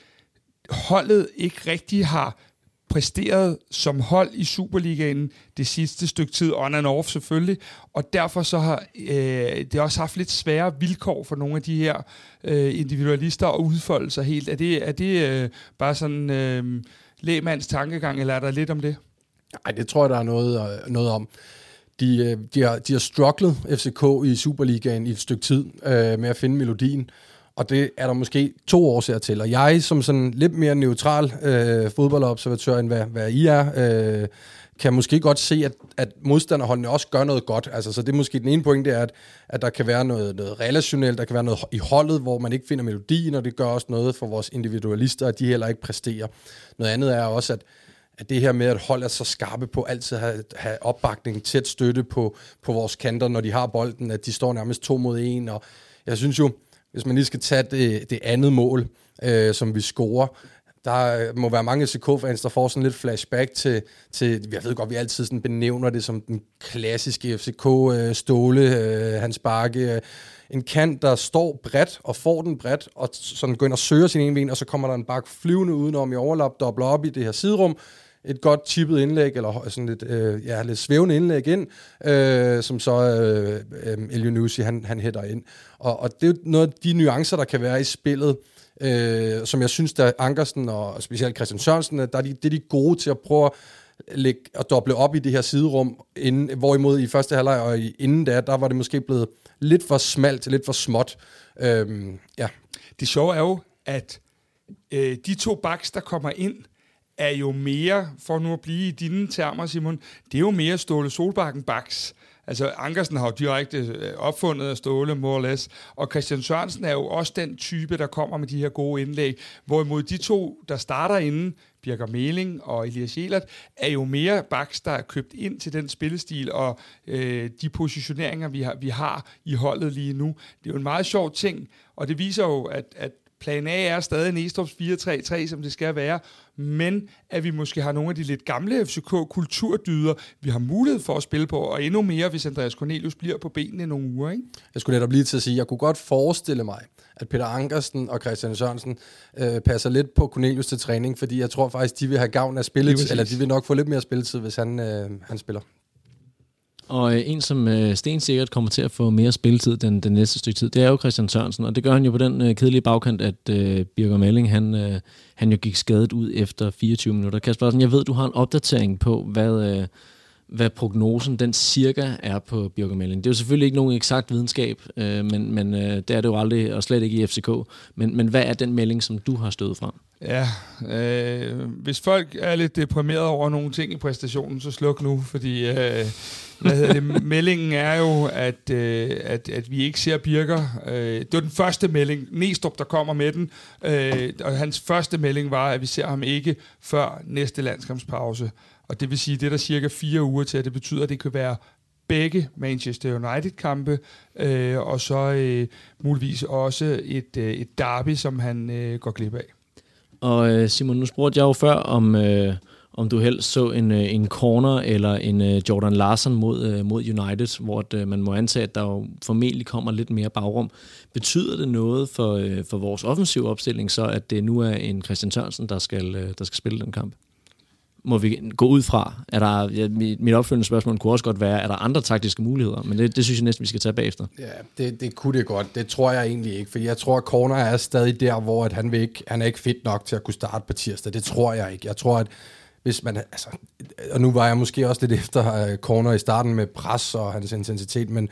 holdet ikke rigtig har præsteret som hold i Superligaen det sidste stykke tid, on and off selvfølgelig, og derfor så har øh, det også haft lidt svære vilkår for nogle af de her øh, individualister at udfolde sig helt. Er det, er det øh, bare sådan øh, lægmands tankegang, eller er der lidt om det? Nej, det tror jeg, der er noget, noget om. De, de, har, de har strugglet F C K i Superligaen i et stykke tid øh, med at finde melodien, og det er der måske to årsager til. Og jeg, som sådan lidt mere neutral øh, fodboldobservatør, end hvad, hvad I er, øh, kan måske godt se, at, at modstanderholdene også gør noget godt. Altså, så det er måske den ene point, det er, at, at der kan være noget, noget relationelt, der kan være noget i holdet, hvor man ikke finder melodien, og det gør også noget for vores individualister, at de heller ikke præsterer. Noget andet er også, at at det her med, at hold er så skarpe på altid at have, have opbakning, tæt støtte på, på vores kanter, når de har bolden, at de står nærmest to mod en. Og jeg synes jo, hvis man lige skal tage det, det andet mål, øh, som vi scorer, der må være mange F C K-fans, der får sådan lidt flashback til, til jeg ved godt, vi altid sådan benævner det som den klassiske F C K-Ståle, øh, Hans Bakke, øh, en kant, der står bredt og får den bredt, og sådan går ind og søger sin ene ben, og så kommer der en bakke flyvende udenom i overlap, dobler op i det her siderum, et godt chippet indlæg, eller sådan lidt, øh, ja, lidt svævende indlæg ind, øh, som så øh, øh, Elyounoussi, han, han hætter ind. Og, og det er jo noget af de nuancer, der kan være i spillet, øh, som jeg synes, der Ankersen og specielt Christian Sørensen, der er de, det er de gode til at prøve at lægge og doble op i det her siderum, inden, hvorimod i første halvleg og inden da, der var det måske blevet lidt for smalt, lidt for småt. Øhm, ja. Det sjove er jo, at øh, de to backs, der kommer ind, er jo mere, for nu at blive i dine termer, Simon, det er jo mere Ståle Solbakken backs. Altså, Ankersen har jo direkte opfundet af Ståle, more or less, og Christian Sørensen er jo også den type, der kommer med de her gode indlæg, hvorimod de to, der starter inden, Birger Meling og Elias Jelert, er jo mere backs, der er købt ind til den spillestil, og øh, de positioneringer, vi har, vi har i holdet lige nu. Det er jo en meget sjov ting, og det viser jo, at, at plan A er stadig Næstrup's fire tre tre, som det skal være, men at vi måske har nogle af de lidt gamle F C K-kulturdyder, vi har mulighed for at spille på, og endnu mere, hvis Andreas Cornelius bliver på benene i nogle uger, ikke? Jeg skulle netop lige til at sige, at jeg kunne godt forestille mig, at Peter Ankersen og Christian Sørensen øh, passer lidt på Cornelius til træning, fordi jeg tror faktisk, de vil have gavn af spilletid, eller de vil nok få lidt mere spilletid, hvis han, øh, han spiller. Og øh, en, som øh, stensikkert kommer til at få mere spilletid den, den næste stykke tid, det er jo Christian Sørensen, og det gør han jo på den øh, kedelige bagkant, at øh, Birger Meling, han, øh, han jo gik skadet ud efter fireogtyve minutter. Kasper, jeg ved, du har en opdatering på, hvad, øh, hvad prognosen, den cirka er på Birger Meling. Det er jo selvfølgelig ikke nogen eksakt videnskab, øh, men, men øh, det er det jo aldrig, og slet ikke i F C K. Men, men hvad er den melding, som du har stået frem? Ja, øh, hvis folk er lidt deprimeret over nogle ting i præstationen, så sluk nu, fordi øh, hvad hedder det? Meldingen er jo, at, øh, at, at vi ikke ser Birger. Øh, det var den første melding, Næstrup, der kommer med den, øh, og hans første melding var, at vi ser ham ikke før næste landskampspause. Og det vil sige, det er der cirka fire uger til, at det betyder, at det kan være begge Manchester United-kampe, øh, og så øh, muligvis også et, øh, et derby, som han øh, går glip af. Og Simon, nu spurgte jeg jo før, om, øh, om du helst så en, øh, en corner eller en øh, Jordan Larsson mod, øh, mod United, hvor øh, man må antage, at der jo formentlig kommer lidt mere bagrum. Betyder det noget for, øh, for vores offensive opstilling så, at det nu er en Christian Sørensen, der skal, øh, der skal spille den kamp? Må vi gå ud fra? Er der, ja, mit opfølgende spørgsmål kunne også godt være, er der andre taktiske muligheder? Men det, det synes jeg næsten, vi skal tage bagefter. Ja, det, det kunne det godt. Det tror jeg egentlig ikke, fordi jeg tror, at Corner er stadig der, hvor at han, vil ikke, han er ikke fit nok til at kunne starte på tirsdag. Det tror jeg ikke. Jeg tror, at hvis man... Altså, og nu var jeg måske også lidt efter uh, Corner i starten med pres og hans intensitet, men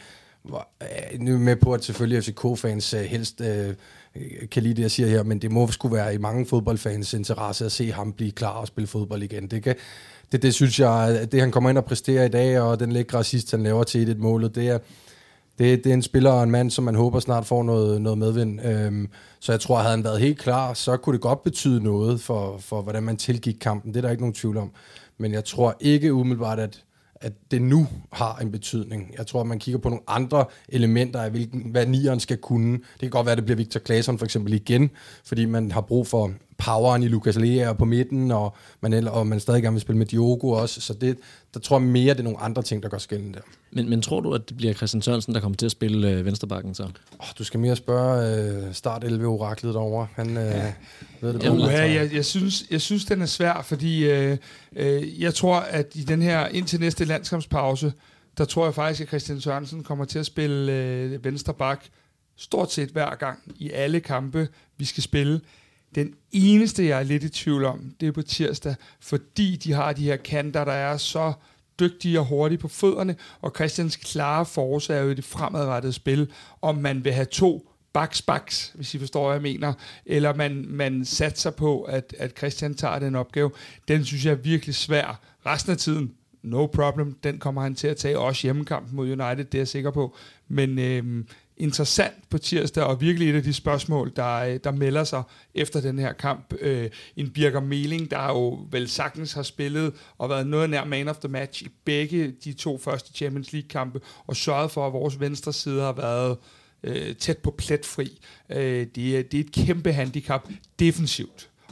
uh, nu er med på, at selvfølgelig F C K-fans uh, helst... Uh, kan lide det, jeg siger her, men det må sgu være i mange fodboldfans interesse at se ham blive klar og spille fodbold igen. Det, kan, det, det synes jeg, det han kommer ind og præsterer i dag, og den lækre assist, han laver til et målet, det er, det, det er en spiller og en mand, som man håber snart får noget, noget medvind. Øhm, så jeg tror, at havde han været helt klar, så kunne det godt betyde noget for, for hvordan man tilgik kampen. Det er der ikke nogen tvivl om. Men jeg tror ikke umiddelbart, at at det nu har en betydning. Jeg tror, at man kigger på nogle andre elementer af, hvilken, hvad nieren skal kunne. Det kan godt være, at det bliver Victor Claesson for eksempel igen, fordi man har brug for poweren i Lucas Lea på midten, og man, og man stadig gerne vil spille med Diogo også. Så det, der tror jeg mere, det er nogle andre ting, der går skælden der. Men, men tror du, at det bliver Christian Sørensen, der kommer til at spille øh, venstrebakken så? Oh, du skal mere spørge øh, start elleve-oraklet derovre. Han øh, ja. ved det Jamen, ja, jeg, jeg, synes, jeg synes, den er svær, fordi øh, øh, jeg tror, at i den her indtil næste landskampspause, der tror jeg faktisk, at Christian Sørensen kommer til at spille øh, venstreback stort set hver gang i alle kampe, vi skal spille. Den eneste, jeg er lidt i tvivl om, det er på tirsdag, fordi de har de her kanter, der er så dygtige og hurtige på fødderne, og Christians klare force er jo i det fremadrettede spil, om man vil have to baks-baks, hvis I forstår, hvad jeg mener, eller man, man satser på, at, at Christian tager den opgave. Den synes jeg er virkelig svær. Resten af tiden, no problem, den kommer han til at tage, også hjemmekampen mod United, det er jeg sikker på. Men øhm, interessant på tirsdag, og virkelig et af de spørgsmål, der, der melder sig efter den her kamp. Øh, en Birger Meling, der jo vel sagtens har spillet og været noget nær man of the match i begge de to første Champions League-kampe, og sørget for, at vores venstre side har været øh, tæt på pletfri. Øh, det, er, det er et kæmpe handicap defensivt.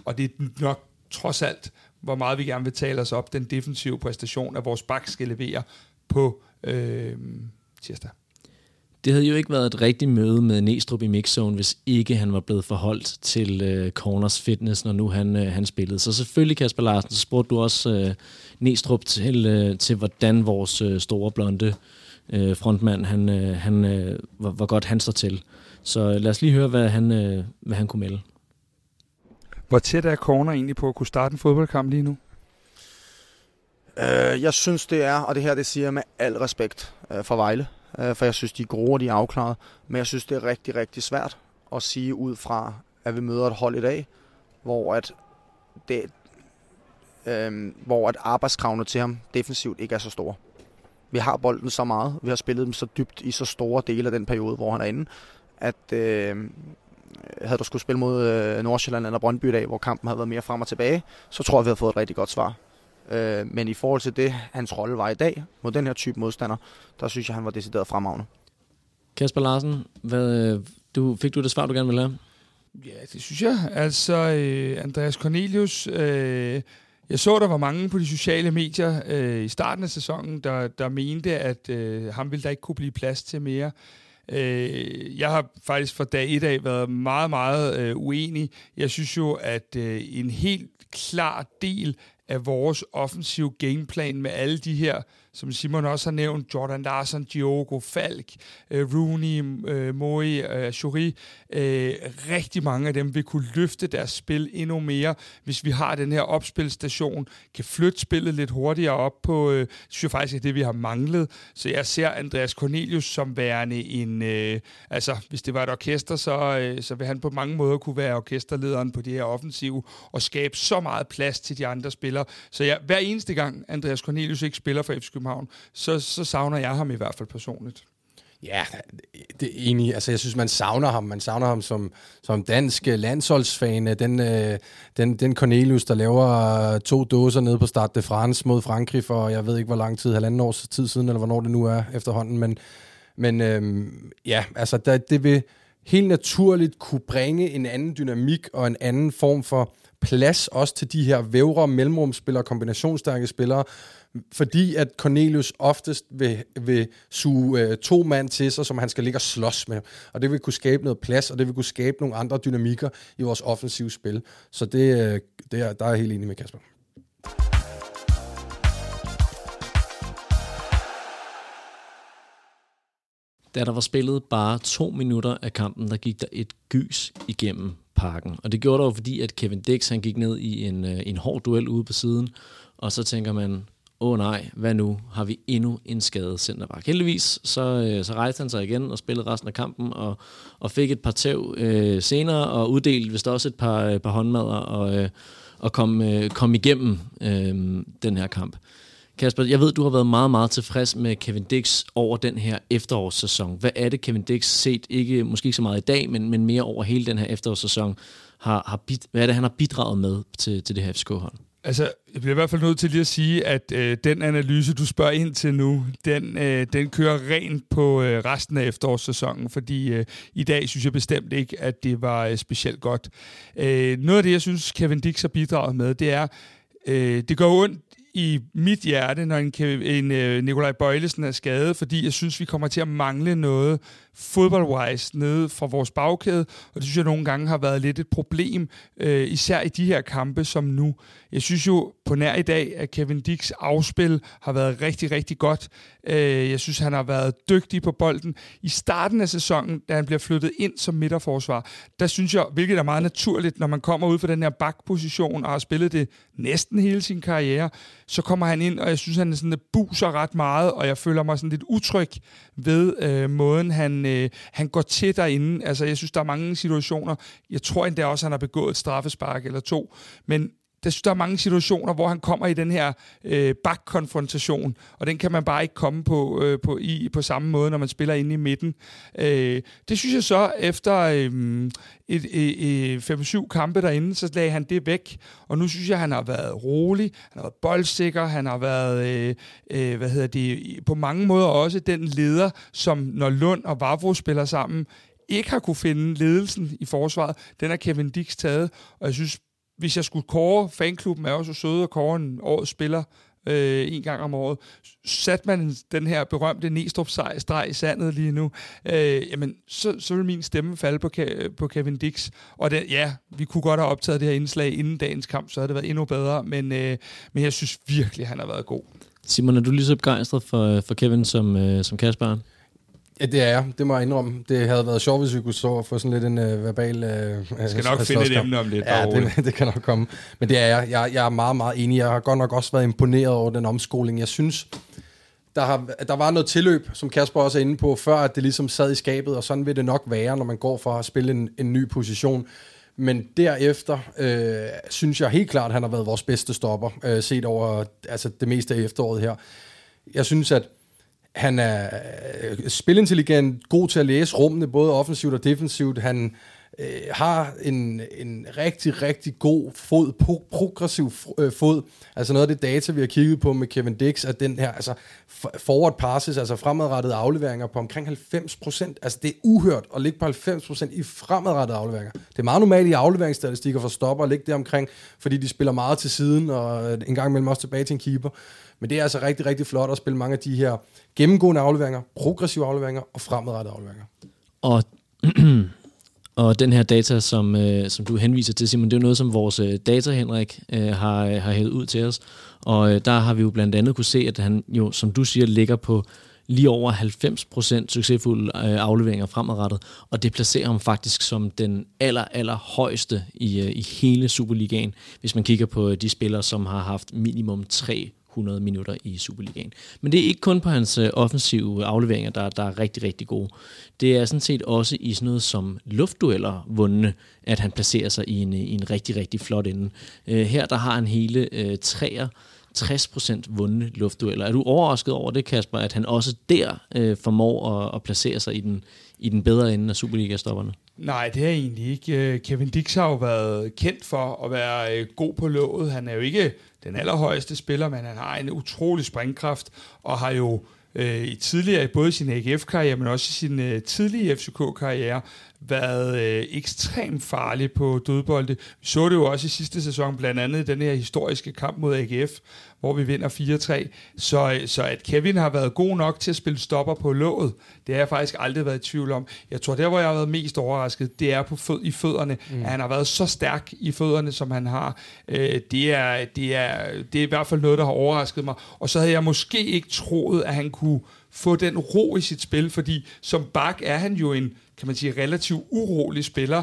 og det er nok trods alt, hvor meget vi gerne vil tale os op, den defensive præstation, at vores bak skal levere på øh, tirsdag. Det havde jo ikke været et rigtigt møde med Næstrup i mixzone, hvis ikke han var blevet forholdt til øh, Corners Fitness, når nu han, øh, han spillede. Så selvfølgelig, Kasper Larsen, så spurgte du også øh, Næstrup til, øh, til, hvordan vores øh, store blonde øh, frontmand, han, øh, han, øh, hvor, hvor godt han står til. Så lad os lige høre, hvad han, øh, hvad han kunne melde. Hvor tæt er Corner egentlig på at kunne starte en fodboldkamp lige nu? Øh, jeg synes, det er, og det her det siger jeg med al respekt øh, for Vejle, øh, for jeg synes, de er gode, og de er afklaret, men jeg synes, det er rigtig, rigtig svært at sige ud fra, at vi møder et hold i dag, hvor at, det, øh, hvor at arbejdskravene til ham defensivt ikke er så store. Vi har bolden så meget, vi har spillet dem så dybt i så store dele af den periode, hvor han er inde, at øh, havde du skulle spille mod øh, Nordsjælland eller Brøndby i dag, hvor kampen havde været mere frem og tilbage, så tror jeg, vi havde fået et rigtig godt svar. Øh, men i forhold til det, hans rolle var i dag, mod den her type modstander, der synes jeg, han var decideret fremragende. Kasper Larsen, hvad, du, fik du det svar, du gerne ville have? Ja, det synes jeg. Altså, øh, Andreas Cornelius, øh, jeg så, der var mange på de sociale medier øh, i starten af sæsonen, der, der mente, at øh, ham ville der ikke kunne blive plads til mere. Øh, jeg har faktisk fra dag et af været meget, meget øh, uenig. Jeg synes jo, at øh, en helt klar del af vores offensiv gameplan med alle de her, som Simon også har nævnt, Jordan Larsen, Diogo, Falk, øh, Rooney, øh, Moi, øh, Chouri, øh, rigtig mange af dem vil kunne løfte deres spil endnu mere, hvis vi har den her opspilstation, kan flytte spillet lidt hurtigere op på, øh, synes jeg faktisk er det, vi har manglet. Så jeg ser Andreas Cornelius som værende en, øh, altså hvis det var et orkester, så, øh, så vil han på mange måder kunne være orkesterlederen på det her offensive, og skabe så meget plads til de andre spillere. Så ja, hver eneste gang Andreas Cornelius ikke spiller for F C København, så, så savner jeg ham i hvert fald personligt. Ja, det er enig. Altså, jeg synes, man savner ham. Man savner ham som, som dansk landsholdsfan. Den, øh, den, den Cornelius, der laver to dåser nede på Stade de France mod Frankrig for, jeg ved ikke, hvor lang tid, halvanden års tid siden, eller hvornår det nu er efterhånden. Men, men øh, ja, altså, der, det vil helt naturligt kunne bringe en anden dynamik og en anden form for plads også til de her vævre mellemrumspillere, kombinationsstærke spillere, fordi at Cornelius oftest vil, vil suge øh, to mand til sig, som han skal ligge og slås med. Og det vil kunne skabe noget plads, og det vil kunne skabe nogle andre dynamikker i vores offensive spil. Så det, øh, det er, der er jeg helt enig med Kasper. Da der var spillet bare to minutter af kampen, der gik der et gys igennem parken. Og det gjorde der jo, fordi at Kevin Dix, han gik ned i en, en hård duel ude på siden, og så tænker man, åh oh nej, hvad nu? Har vi endnu en skadet centerback? Heldigvis så, så rejste han sig igen og spillede resten af kampen, og, og fik et par tæv øh, senere, og uddelte vist også et par, par håndmadder, og, øh, og kom, øh, kom igennem øh, den her kamp. Kasper, jeg ved, du har været meget, meget tilfreds med Kevin Dix over den her efterårssæson. Hvad er det, Kevin Dix set, ikke, måske ikke så meget i dag, men, men mere over hele den her efterårssæson, har, har bid, hvad er det, han har bidraget med til, til det her F C K-hold? Altså, jeg bliver i hvert fald nødt til lige at sige, at øh, den analyse, du spørger ind til nu, den, øh, den kører rent på øh, resten af efterårssæsonen, fordi øh, i dag synes jeg bestemt ikke, at det var øh, specielt godt. Øh, noget af det, jeg synes, Kevin Dix har bidraget med, det er, øh, det går ondt i mit hjerte, når en, en uh, Nikolaj Bøjlesen er skadet, fordi jeg synes, vi kommer til at mangle noget fodboldwise nede fra vores bagkæde, og det synes jeg nogle gange har været lidt et problem, øh, især i de her kampe som nu. Jeg synes jo på nær i dag, at Kevin Dix afspil har været rigtig, rigtig godt. Øh, jeg synes, han har været dygtig på bolden. I starten af sæsonen, da han bliver flyttet ind som midterforsvar, der synes jeg, hvilket er meget naturligt, når man kommer ud fra den her bakposition og har spillet det næsten hele sin karriere, så kommer han ind, og jeg synes, han er sådan, buser ret meget, og jeg føler mig sådan lidt utryg ved øh, måden, han, øh, han går til derinde. Altså, jeg synes, der er mange situationer. Jeg tror endda også, han har begået et straffespark eller to, men jeg synes, der er mange situationer, hvor han kommer i den her øh, bakkonfrontation, og den kan man bare ikke komme på, øh, på, i, på samme måde, når man spiller inde i midten. Øh, det synes jeg så, efter øh, et, et, et fem syv kampe derinde, så lagde han det væk, og nu synes jeg, han har været rolig, han har været boldsikker, han har været, øh, øh, hvad hedder det, på mange måder også den leder, som når Lund og Vavro spiller sammen, ikke har kunne finde ledelsen i forsvaret. Den har Kevin Dix taget, og jeg synes, hvis jeg skulle kåre, fanklubben er jo så søde at kåre en årets spiller øh, en gang om året, satte man den her berømte Næstrup-streg i sandet lige nu, øh, jamen, så, så vil min stemme falde på, på Kevin Dix. Og det, ja, vi kunne godt have optaget det her indslag inden dagens kamp, så havde det været endnu bedre, men, øh, men jeg synes virkelig, han har været god. Simon, er du lige så begejstret for, for Kevin som, øh, som Kasper? Ja, det er jeg. Det må jeg indrømme. Det havde været sjovt, hvis vi kunne så få sådan lidt en uh, verbal... Uh, jeg skal nok finde et emne om lidt. Ja, det, det kan nok komme. Men det er jeg. jeg. Jeg er meget, meget enig. Jeg har godt nok også været imponeret over den omskoling. Jeg synes, der, har, der var noget tilløb, som Kasper også er inde på, før at det ligesom sad i skabet, og sådan vil det nok være, når man går for at spille en, en ny position. Men derefter øh, synes jeg helt klart, at han har været vores bedste stopper, øh, set over altså, det meste af efteråret her. Jeg synes, at han er øh, spilintelligent, god til at læse rummene, både offensivt og defensivt. Han øh, har en, en rigtig, rigtig god fod, pro- progressiv øh, fod. Altså noget af det data, vi har kigget på med Kevin Dix, at den her altså forward passes, altså fremadrettede afleveringer på omkring halvfems procent. Altså det er uhørt at ligge på halvfems procent i fremadrettede afleveringer. Det er meget normalt i afleveringsstatistikker for stopper at ligge der omkring, fordi de spiller meget til siden, og en gang imellem også tilbage til en keeper. Men det er altså rigtig, rigtig flot at spille mange af de her gennemgående afleveringer, progressive afleveringer og fremadrettede afleveringer. Og, og den her data, som, øh, som du henviser til, Simon, det er jo noget, som vores øh, data, Henrik, øh, har, har hævet ud til os. Og øh, der har vi jo blandt andet kunne se, at han jo, som du siger, ligger på lige over halvfems procent succesfulde øh, afleveringer fremadrettet, og det placerer ham faktisk som den aller, aller højeste i, øh, i hele Superligaen, hvis man kigger på de spillere, som har haft minimum tre hundrede minutter i Superligaen. Men det er ikke kun på hans øh, offensive afleveringer, der, der er rigtig, rigtig gode. Det er sådan set også i sådan noget som luftdueller vundne, at han placerer sig i en, i en rigtig, rigtig flot ende. Øh, her der har han hele øh, treogtres procent vundne luftdueller. Er du overrasket over det, Kasper, at han også der øh, formår at, at placere sig i den, i den bedre ende af Superliga-stopperne? Nej, det er egentlig ikke. Kevin Dix har jo været kendt for at være god på låget. Han er jo ikke den allerhøjeste spiller, men han har en utrolig springkraft, og har jo øh, i tidligere, både i sin A G F-karriere, men også i sin øh, tidlige F C K-karriere, været øh, ekstremt farlig på dødbolde. Vi så det jo også i sidste sæson, blandt andet i den her historiske kamp mod A G F, hvor vi vinder fire tre. Så, så at Kevin har været god nok til at spille stopper på låget, det har jeg faktisk aldrig været i tvivl om. Jeg tror, der hvor jeg har været mest overrasket, det er på fød, i fødderne. Mm. At han har været så stærk i fødderne, som han har. Øh, det, er, det, er, det er i hvert fald noget, der har overrasket mig. Og så havde jeg måske ikke troet, at han kunne få den ro i sit spil, fordi som bak er han jo en, kan man sige, relativt urolig spiller.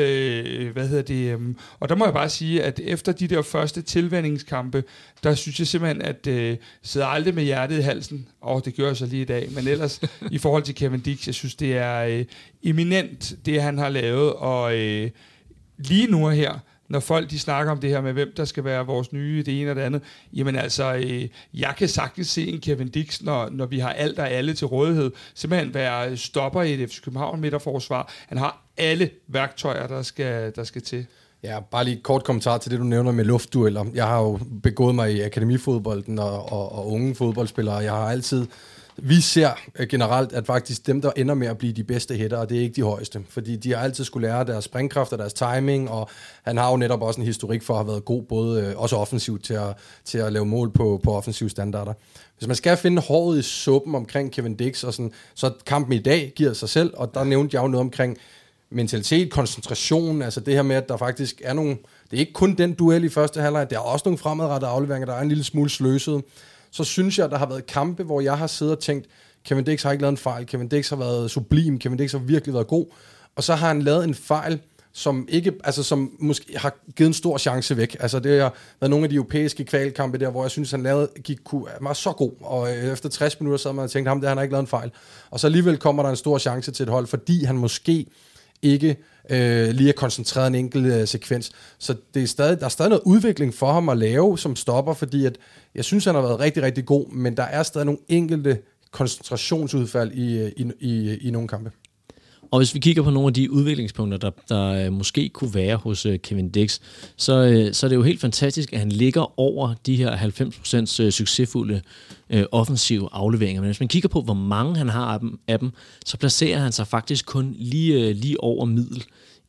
Øh, hvad hedder det? Um, og der må jeg bare sige, at efter de der første tilvændingskampe, der synes jeg simpelthen, at øh, sidder aldrig med hjertet i halsen. Åh, oh, det gør jeg så lige i dag. Men ellers, i forhold til Kevin Dix, jeg synes, det er øh, eminent, det han har lavet. Og øh, lige nu her, når folk de snakker om det her med, hvem der skal være vores nye, det ene og det andet, jamen altså, øh, jeg kan sagtens se en Kevin Dix, når, når vi har alt og alle til rådighed, simpelthen være stopper i et F C København midterforsvar. Han har alle værktøjer, der skal, der skal til. Ja, bare lige et kort kommentar til det, du nævner med luftdueller. Jeg har jo begået mig i akademifodbolden og, og, og unge fodboldspillere. Jeg har altid... Vi ser generelt, at faktisk dem, der ender med at blive de bedste hætter, det er ikke de højeste, fordi de har altid skulle lære deres springkraft og deres timing, og han har jo netop også en historik for at have været god, både også offensivt til at, til at lave mål på, på offensive standarder. Hvis man skal finde håret i suppen omkring Kevin Dix, og sådan, så kampen i dag giver sig selv, og der nævnte jeg jo noget omkring mentalitet, koncentration, altså det her med, at der faktisk er nogle, det er ikke kun den duel i første halvleg, der er også nogle fremadrettede afleveringer, der er en lille smule sløset. Så synes jeg, at der har været kampe, hvor jeg har siddet og tænkt, Kevin Dix har ikke lavet en fejl, Kevin Dix har været sublim, Kevin Dix har virkelig været god, og så har han lavet en fejl, som ikke, altså som måske har givet en stor chance væk. Altså det har været nogle af de europæiske kvalkampe der, hvor jeg synes, han lavede, gik, var så god, og efter tres minutter sad man og tænkte, ham der, han har ikke lavet en fejl. Og så alligevel kommer der en stor chance til et hold, fordi han måske ikke øh, lige er koncentreret en enkelt øh, sekvens. Så det er stadig, der er stadig noget udvikling for ham at lave som stopper, fordi at, jeg synes, han har været rigtig, rigtig god, men der er stadig nogle enkelte koncentrationsudfald i, i, i, i nogle kampe. Og hvis vi kigger på nogle af de udviklingspunkter, der, der måske kunne være hos uh, Kevin Dix, så, uh, så er det jo helt fantastisk, at han ligger over de her halvfems procent succesfulde uh, offensive afleveringer. Men hvis man kigger på, hvor mange han har af dem, af dem så placerer han sig faktisk kun lige, uh, lige over middel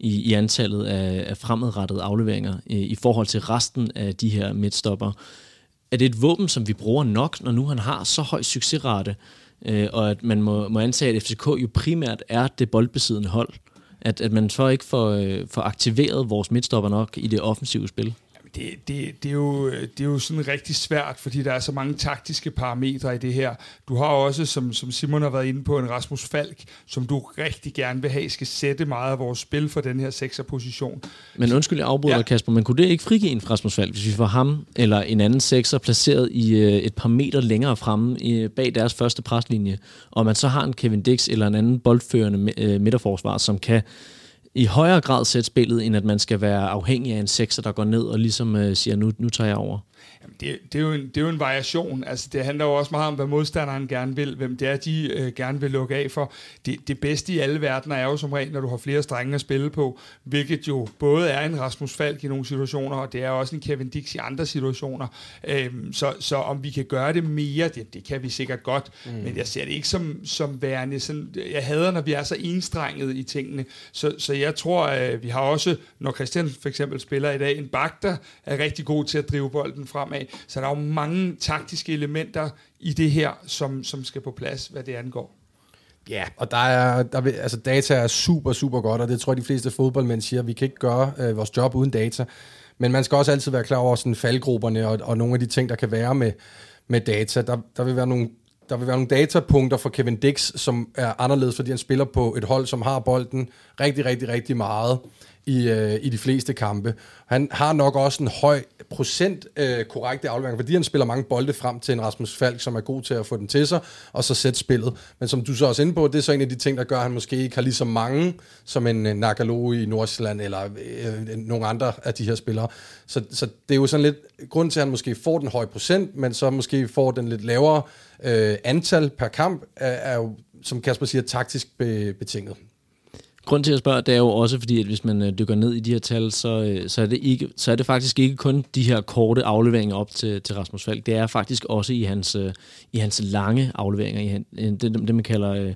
i, i antallet af, af fremadrettede afleveringer øh, i forhold til resten af de her midtstopper. Er det et våben, som vi bruger nok, når nu han har så høj succesrate, øh, og at man må, må antage, at F C K jo primært er det boldbesiddende hold? At, at man så ikke får, øh, får aktiveret vores midtstopper nok i det offensive spil? Det, det, det, er jo, det er jo sådan rigtig svært, fordi der er så mange taktiske parametre i det her. Du har også, som, som Simon har været inde på, en Rasmus Falk, som du rigtig gerne vil have, skal sætte meget af vores spil for den her sekserposition. Men undskyld, jeg afbryder, ja. Kasper, men kunne det ikke frigive en Rasmus Falk, hvis vi får ham eller en anden sekser placeret i øh, et par meter længere fremme i, bag deres første preslinje, og man så har en Kevin Dix eller en anden boldførende øh, midterforsvar, som kan i højere grad sætte spillet, end at man skal være afhængig af en sekser, der går ned og ligesom øh, siger, nu, nu tager jeg over? Jamen det, det, er jo en, det er jo en variation. Altså, det handler jo også meget om, hvad modstanderen gerne vil, hvem det er, de øh, gerne vil lukke af for. Det, det bedste i alle verdener er jo som regel, når du har flere strenge at spille på, hvilket jo både er en Rasmus Falk i nogle situationer, og det er også en Kevin Dix i andre situationer. Øhm, så, så om vi kan gøre det mere, det, det kan vi sikkert godt, mm. men jeg ser det ikke som, som værende sådan, jeg hader, når vi er så enstrenget i tingene. Så, så jeg tror, at vi har også, når Christian for eksempel spiller i dag, en bak, der er rigtig god til at drive bolden fremad. Så der er jo mange taktiske elementer i det her, som, som skal på plads, hvad det angår. Ja, og der er, der vil, altså data er super, super godt, og det tror jeg, de fleste fodboldmænd siger, at vi kan ikke gøre øh, vores job uden data. Men man skal også altid være klar over sådan faldgrupperne og, og nogle af de ting, der kan være med, med data. Der, der vil være nogle Der vil være nogle datapunkter for Kevin Dix, som er anderledes, fordi han spiller på et hold, som har bolden rigtig, rigtig, rigtig meget i, øh, i de fleste kampe. Han har nok også en høj procent øh, korrekte afleveringer, fordi han spiller mange bolde frem til en Rasmus Falk, som er god til at få den til sig, og så sætte spillet. Men som du så også inde på, det er så en af de ting, der gør, at han måske ikke har lige så mange, som en øh, Nakalo i Nordsjælland, eller øh, nogle andre af de her spillere. Så, så det er jo sådan lidt grund til, at han måske får den høje procent, men så måske får den lidt lavere øh, antal per kamp, er, er jo, som Kasper siger, taktisk be, betinget. Grunden til at spørge, det er jo også fordi, at hvis man dykker ned i de her tal, så, så, er, det ikke, så er det faktisk ikke kun de her korte afleveringer op til, til Rasmus Falk. Det er faktisk også i hans, i hans lange afleveringer, i han, det, det man kalder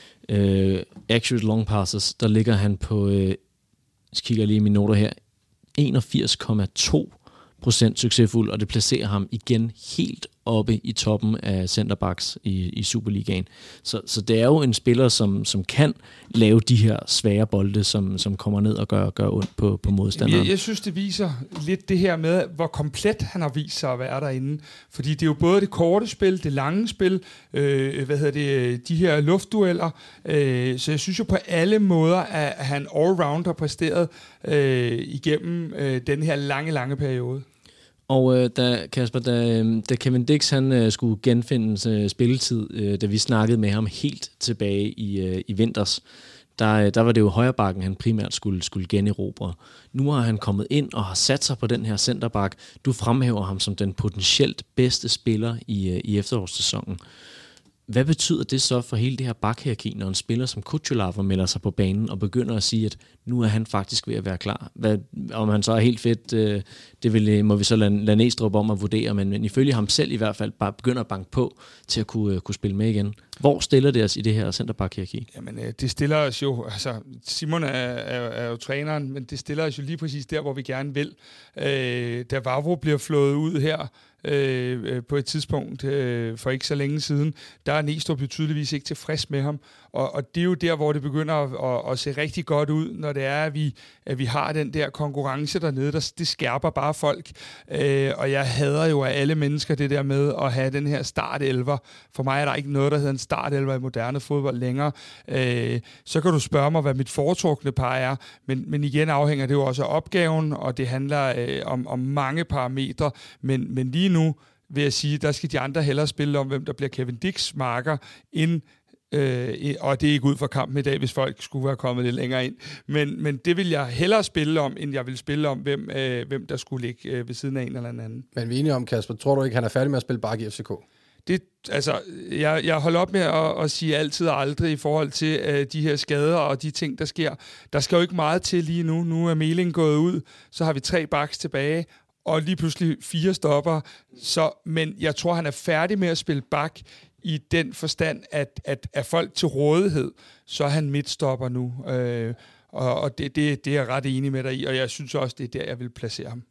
uh, accurate long passes. Der ligger han på, uh, jeg kigger lige i mine noter her, enogfirs komma to procent succesfuld, og det placerer ham igen helt oppe i toppen af centerbacks i, i Superligaen. Så, så det er jo en spiller, som, som kan lave de her svære bolde, som, som kommer ned og gør, gør ondt på, på modstanderen. Jeg, jeg synes, det viser lidt det her med, hvor komplet han har vist sig at være derinde. Fordi det er jo både det korte spil, det lange spil, øh, hvad hedder det, de her luftdueller. Øh, så jeg synes jo på alle måder, at han allround har præsteret øh, igennem øh, den her lange, lange periode. Og øh, da, Kasper, da, da Kevin Dix han, øh, skulle genfinde øh, spilletid, øh, da vi snakkede med ham helt tilbage i, øh, i vinters, der, der var det jo højrebakken, han primært skulle, skulle generobre. Nu har han kommet ind og har sat sig på den her centerback. Du fremhæver ham som den potentielt bedste spiller i, øh, i efterårssæsonen. Hvad betyder det så for hele det her bakhierarki, når en spiller som Kuchulava melder sig på banen og begynder at sige, at nu er han faktisk ved at være klar? Hvad, om han så er helt fedt, det vil, må vi så lade, lade Næstrup om at vurdere, men, men ifølge ham selv i hvert fald bare begynder at banke på til at kunne, kunne spille med igen. Hvor stiller det os i det her centerback-hierarki? Jamen, det stiller os jo, altså Simon er, er, er jo træneren, men det stiller os jo lige præcis der, hvor vi gerne vil. Øh, da Vavro bliver flået ud her, Øh, på et tidspunkt øh, for ikke så længe siden, der er Næstrup jo tydeligvis ikke tilfreds med ham, og, og det er jo der, hvor det begynder at, at, at se rigtig godt ud, når det er, at vi, at vi har den der konkurrence dernede, der, det skærper bare folk, øh, og jeg hader jo af alle mennesker det der med at have den her startelver. For mig er der ikke noget, der hedder en startelver i moderne fodbold længere. Øh, så kan du spørge mig, hvad mit foretrukne par er, men, men igen afhænger det jo også af opgaven, og det handler øh, om, om mange parametre, men, men lige nu vil jeg sige, der skal de andre hellere spille om, hvem der bliver Kevin Dix marker, ind, øh, og det er ikke ud fra kampen i dag, hvis folk skulle være kommet lidt længere ind, men, men det vil jeg hellere spille om, end jeg vil spille om, hvem, øh, hvem der skulle ligge øh, ved siden af en eller anden. Men vi er enige om, Kasper, tror du ikke, han er færdig med at spille bak i F C K? Det, altså, jeg, jeg holder op med at, at sige altid og aldrig i forhold til øh, de her skader og de ting, der sker. Der skal jo ikke meget til lige nu. Nu er Meling gået ud, så har vi tre backs tilbage, og lige pludselig fire stopper. Så, men jeg tror, han er færdig med at spille bak i den forstand, at, at er folk til rådighed, så er han midtstopper nu. Øh, og, og det, det, det er jeg ret enig med dig i, og jeg synes også, det er der, jeg vil placere ham.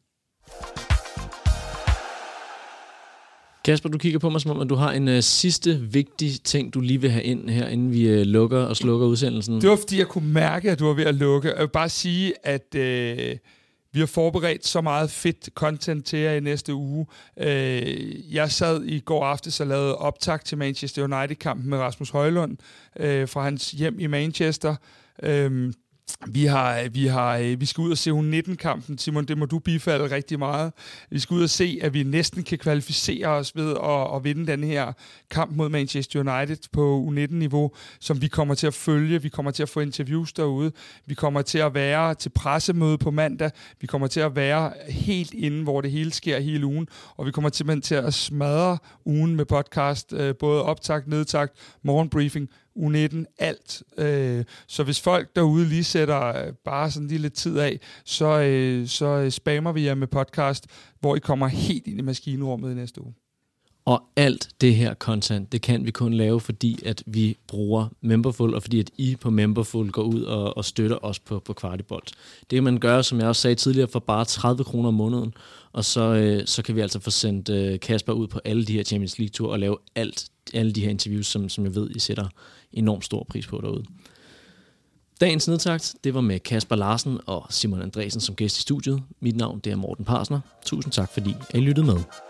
Kasper, du kigger på mig som om, at du har en uh, sidste vigtig ting, du lige vil have ind her, inden vi uh, lukker og slukker udsendelsen. Det var, fordi jeg kunne mærke, at du var ved at lukke. Jeg vil bare sige, at øh, vi har forberedt så meget fedt content til jer i næste uge. Øh, jeg sad i går aftes og lavede optakt til Manchester United-kampen med Rasmus Højlund øh, fra hans hjem i Manchester. Øh, Vi har, vi har, vi skal ud og se U nitten-kampen, Simon, det må du bifalde rigtig meget. Vi skal ud og se, at vi næsten kan kvalificere os ved at, at vinde den her kamp mod Manchester United på U nitten-niveau, som vi kommer til at følge. Vi kommer til at få interviews derude. Vi kommer til at være til pressemøde på mandag. Vi kommer til at være helt inde, hvor det hele sker hele ugen. Og vi kommer simpelthen til at smadre ugen med podcast, både optakt, nedtakt, morgenbriefing, U nitten, alt. Øh, så hvis folk derude lige sætter bare sådan lige lidt tid af, så, øh, så spammer vi jer med podcast, hvor I kommer helt ind i maskinrummet i næste uge. Og alt det her content, det kan vi kun lave, fordi at vi bruger Memberful, og fordi at I på Memberful går ud og, og støtter os på, på Kvartibolt. Det kan man gøre, som jeg også sagde tidligere, for bare tredive kroner om måneden, og så, øh, så kan vi altså få sendt øh, Kasper ud på alle de her Champions League-ture og lave alt, alle de her interviews, som, som jeg ved, I sætter enormt stor pris på derude. Dagens nedtakt, det var med Kasper Larsen og Simon Andresen som gæst i studiet. Mit navn, det er Morten Parsner. Tusind tak, fordi I lyttede med.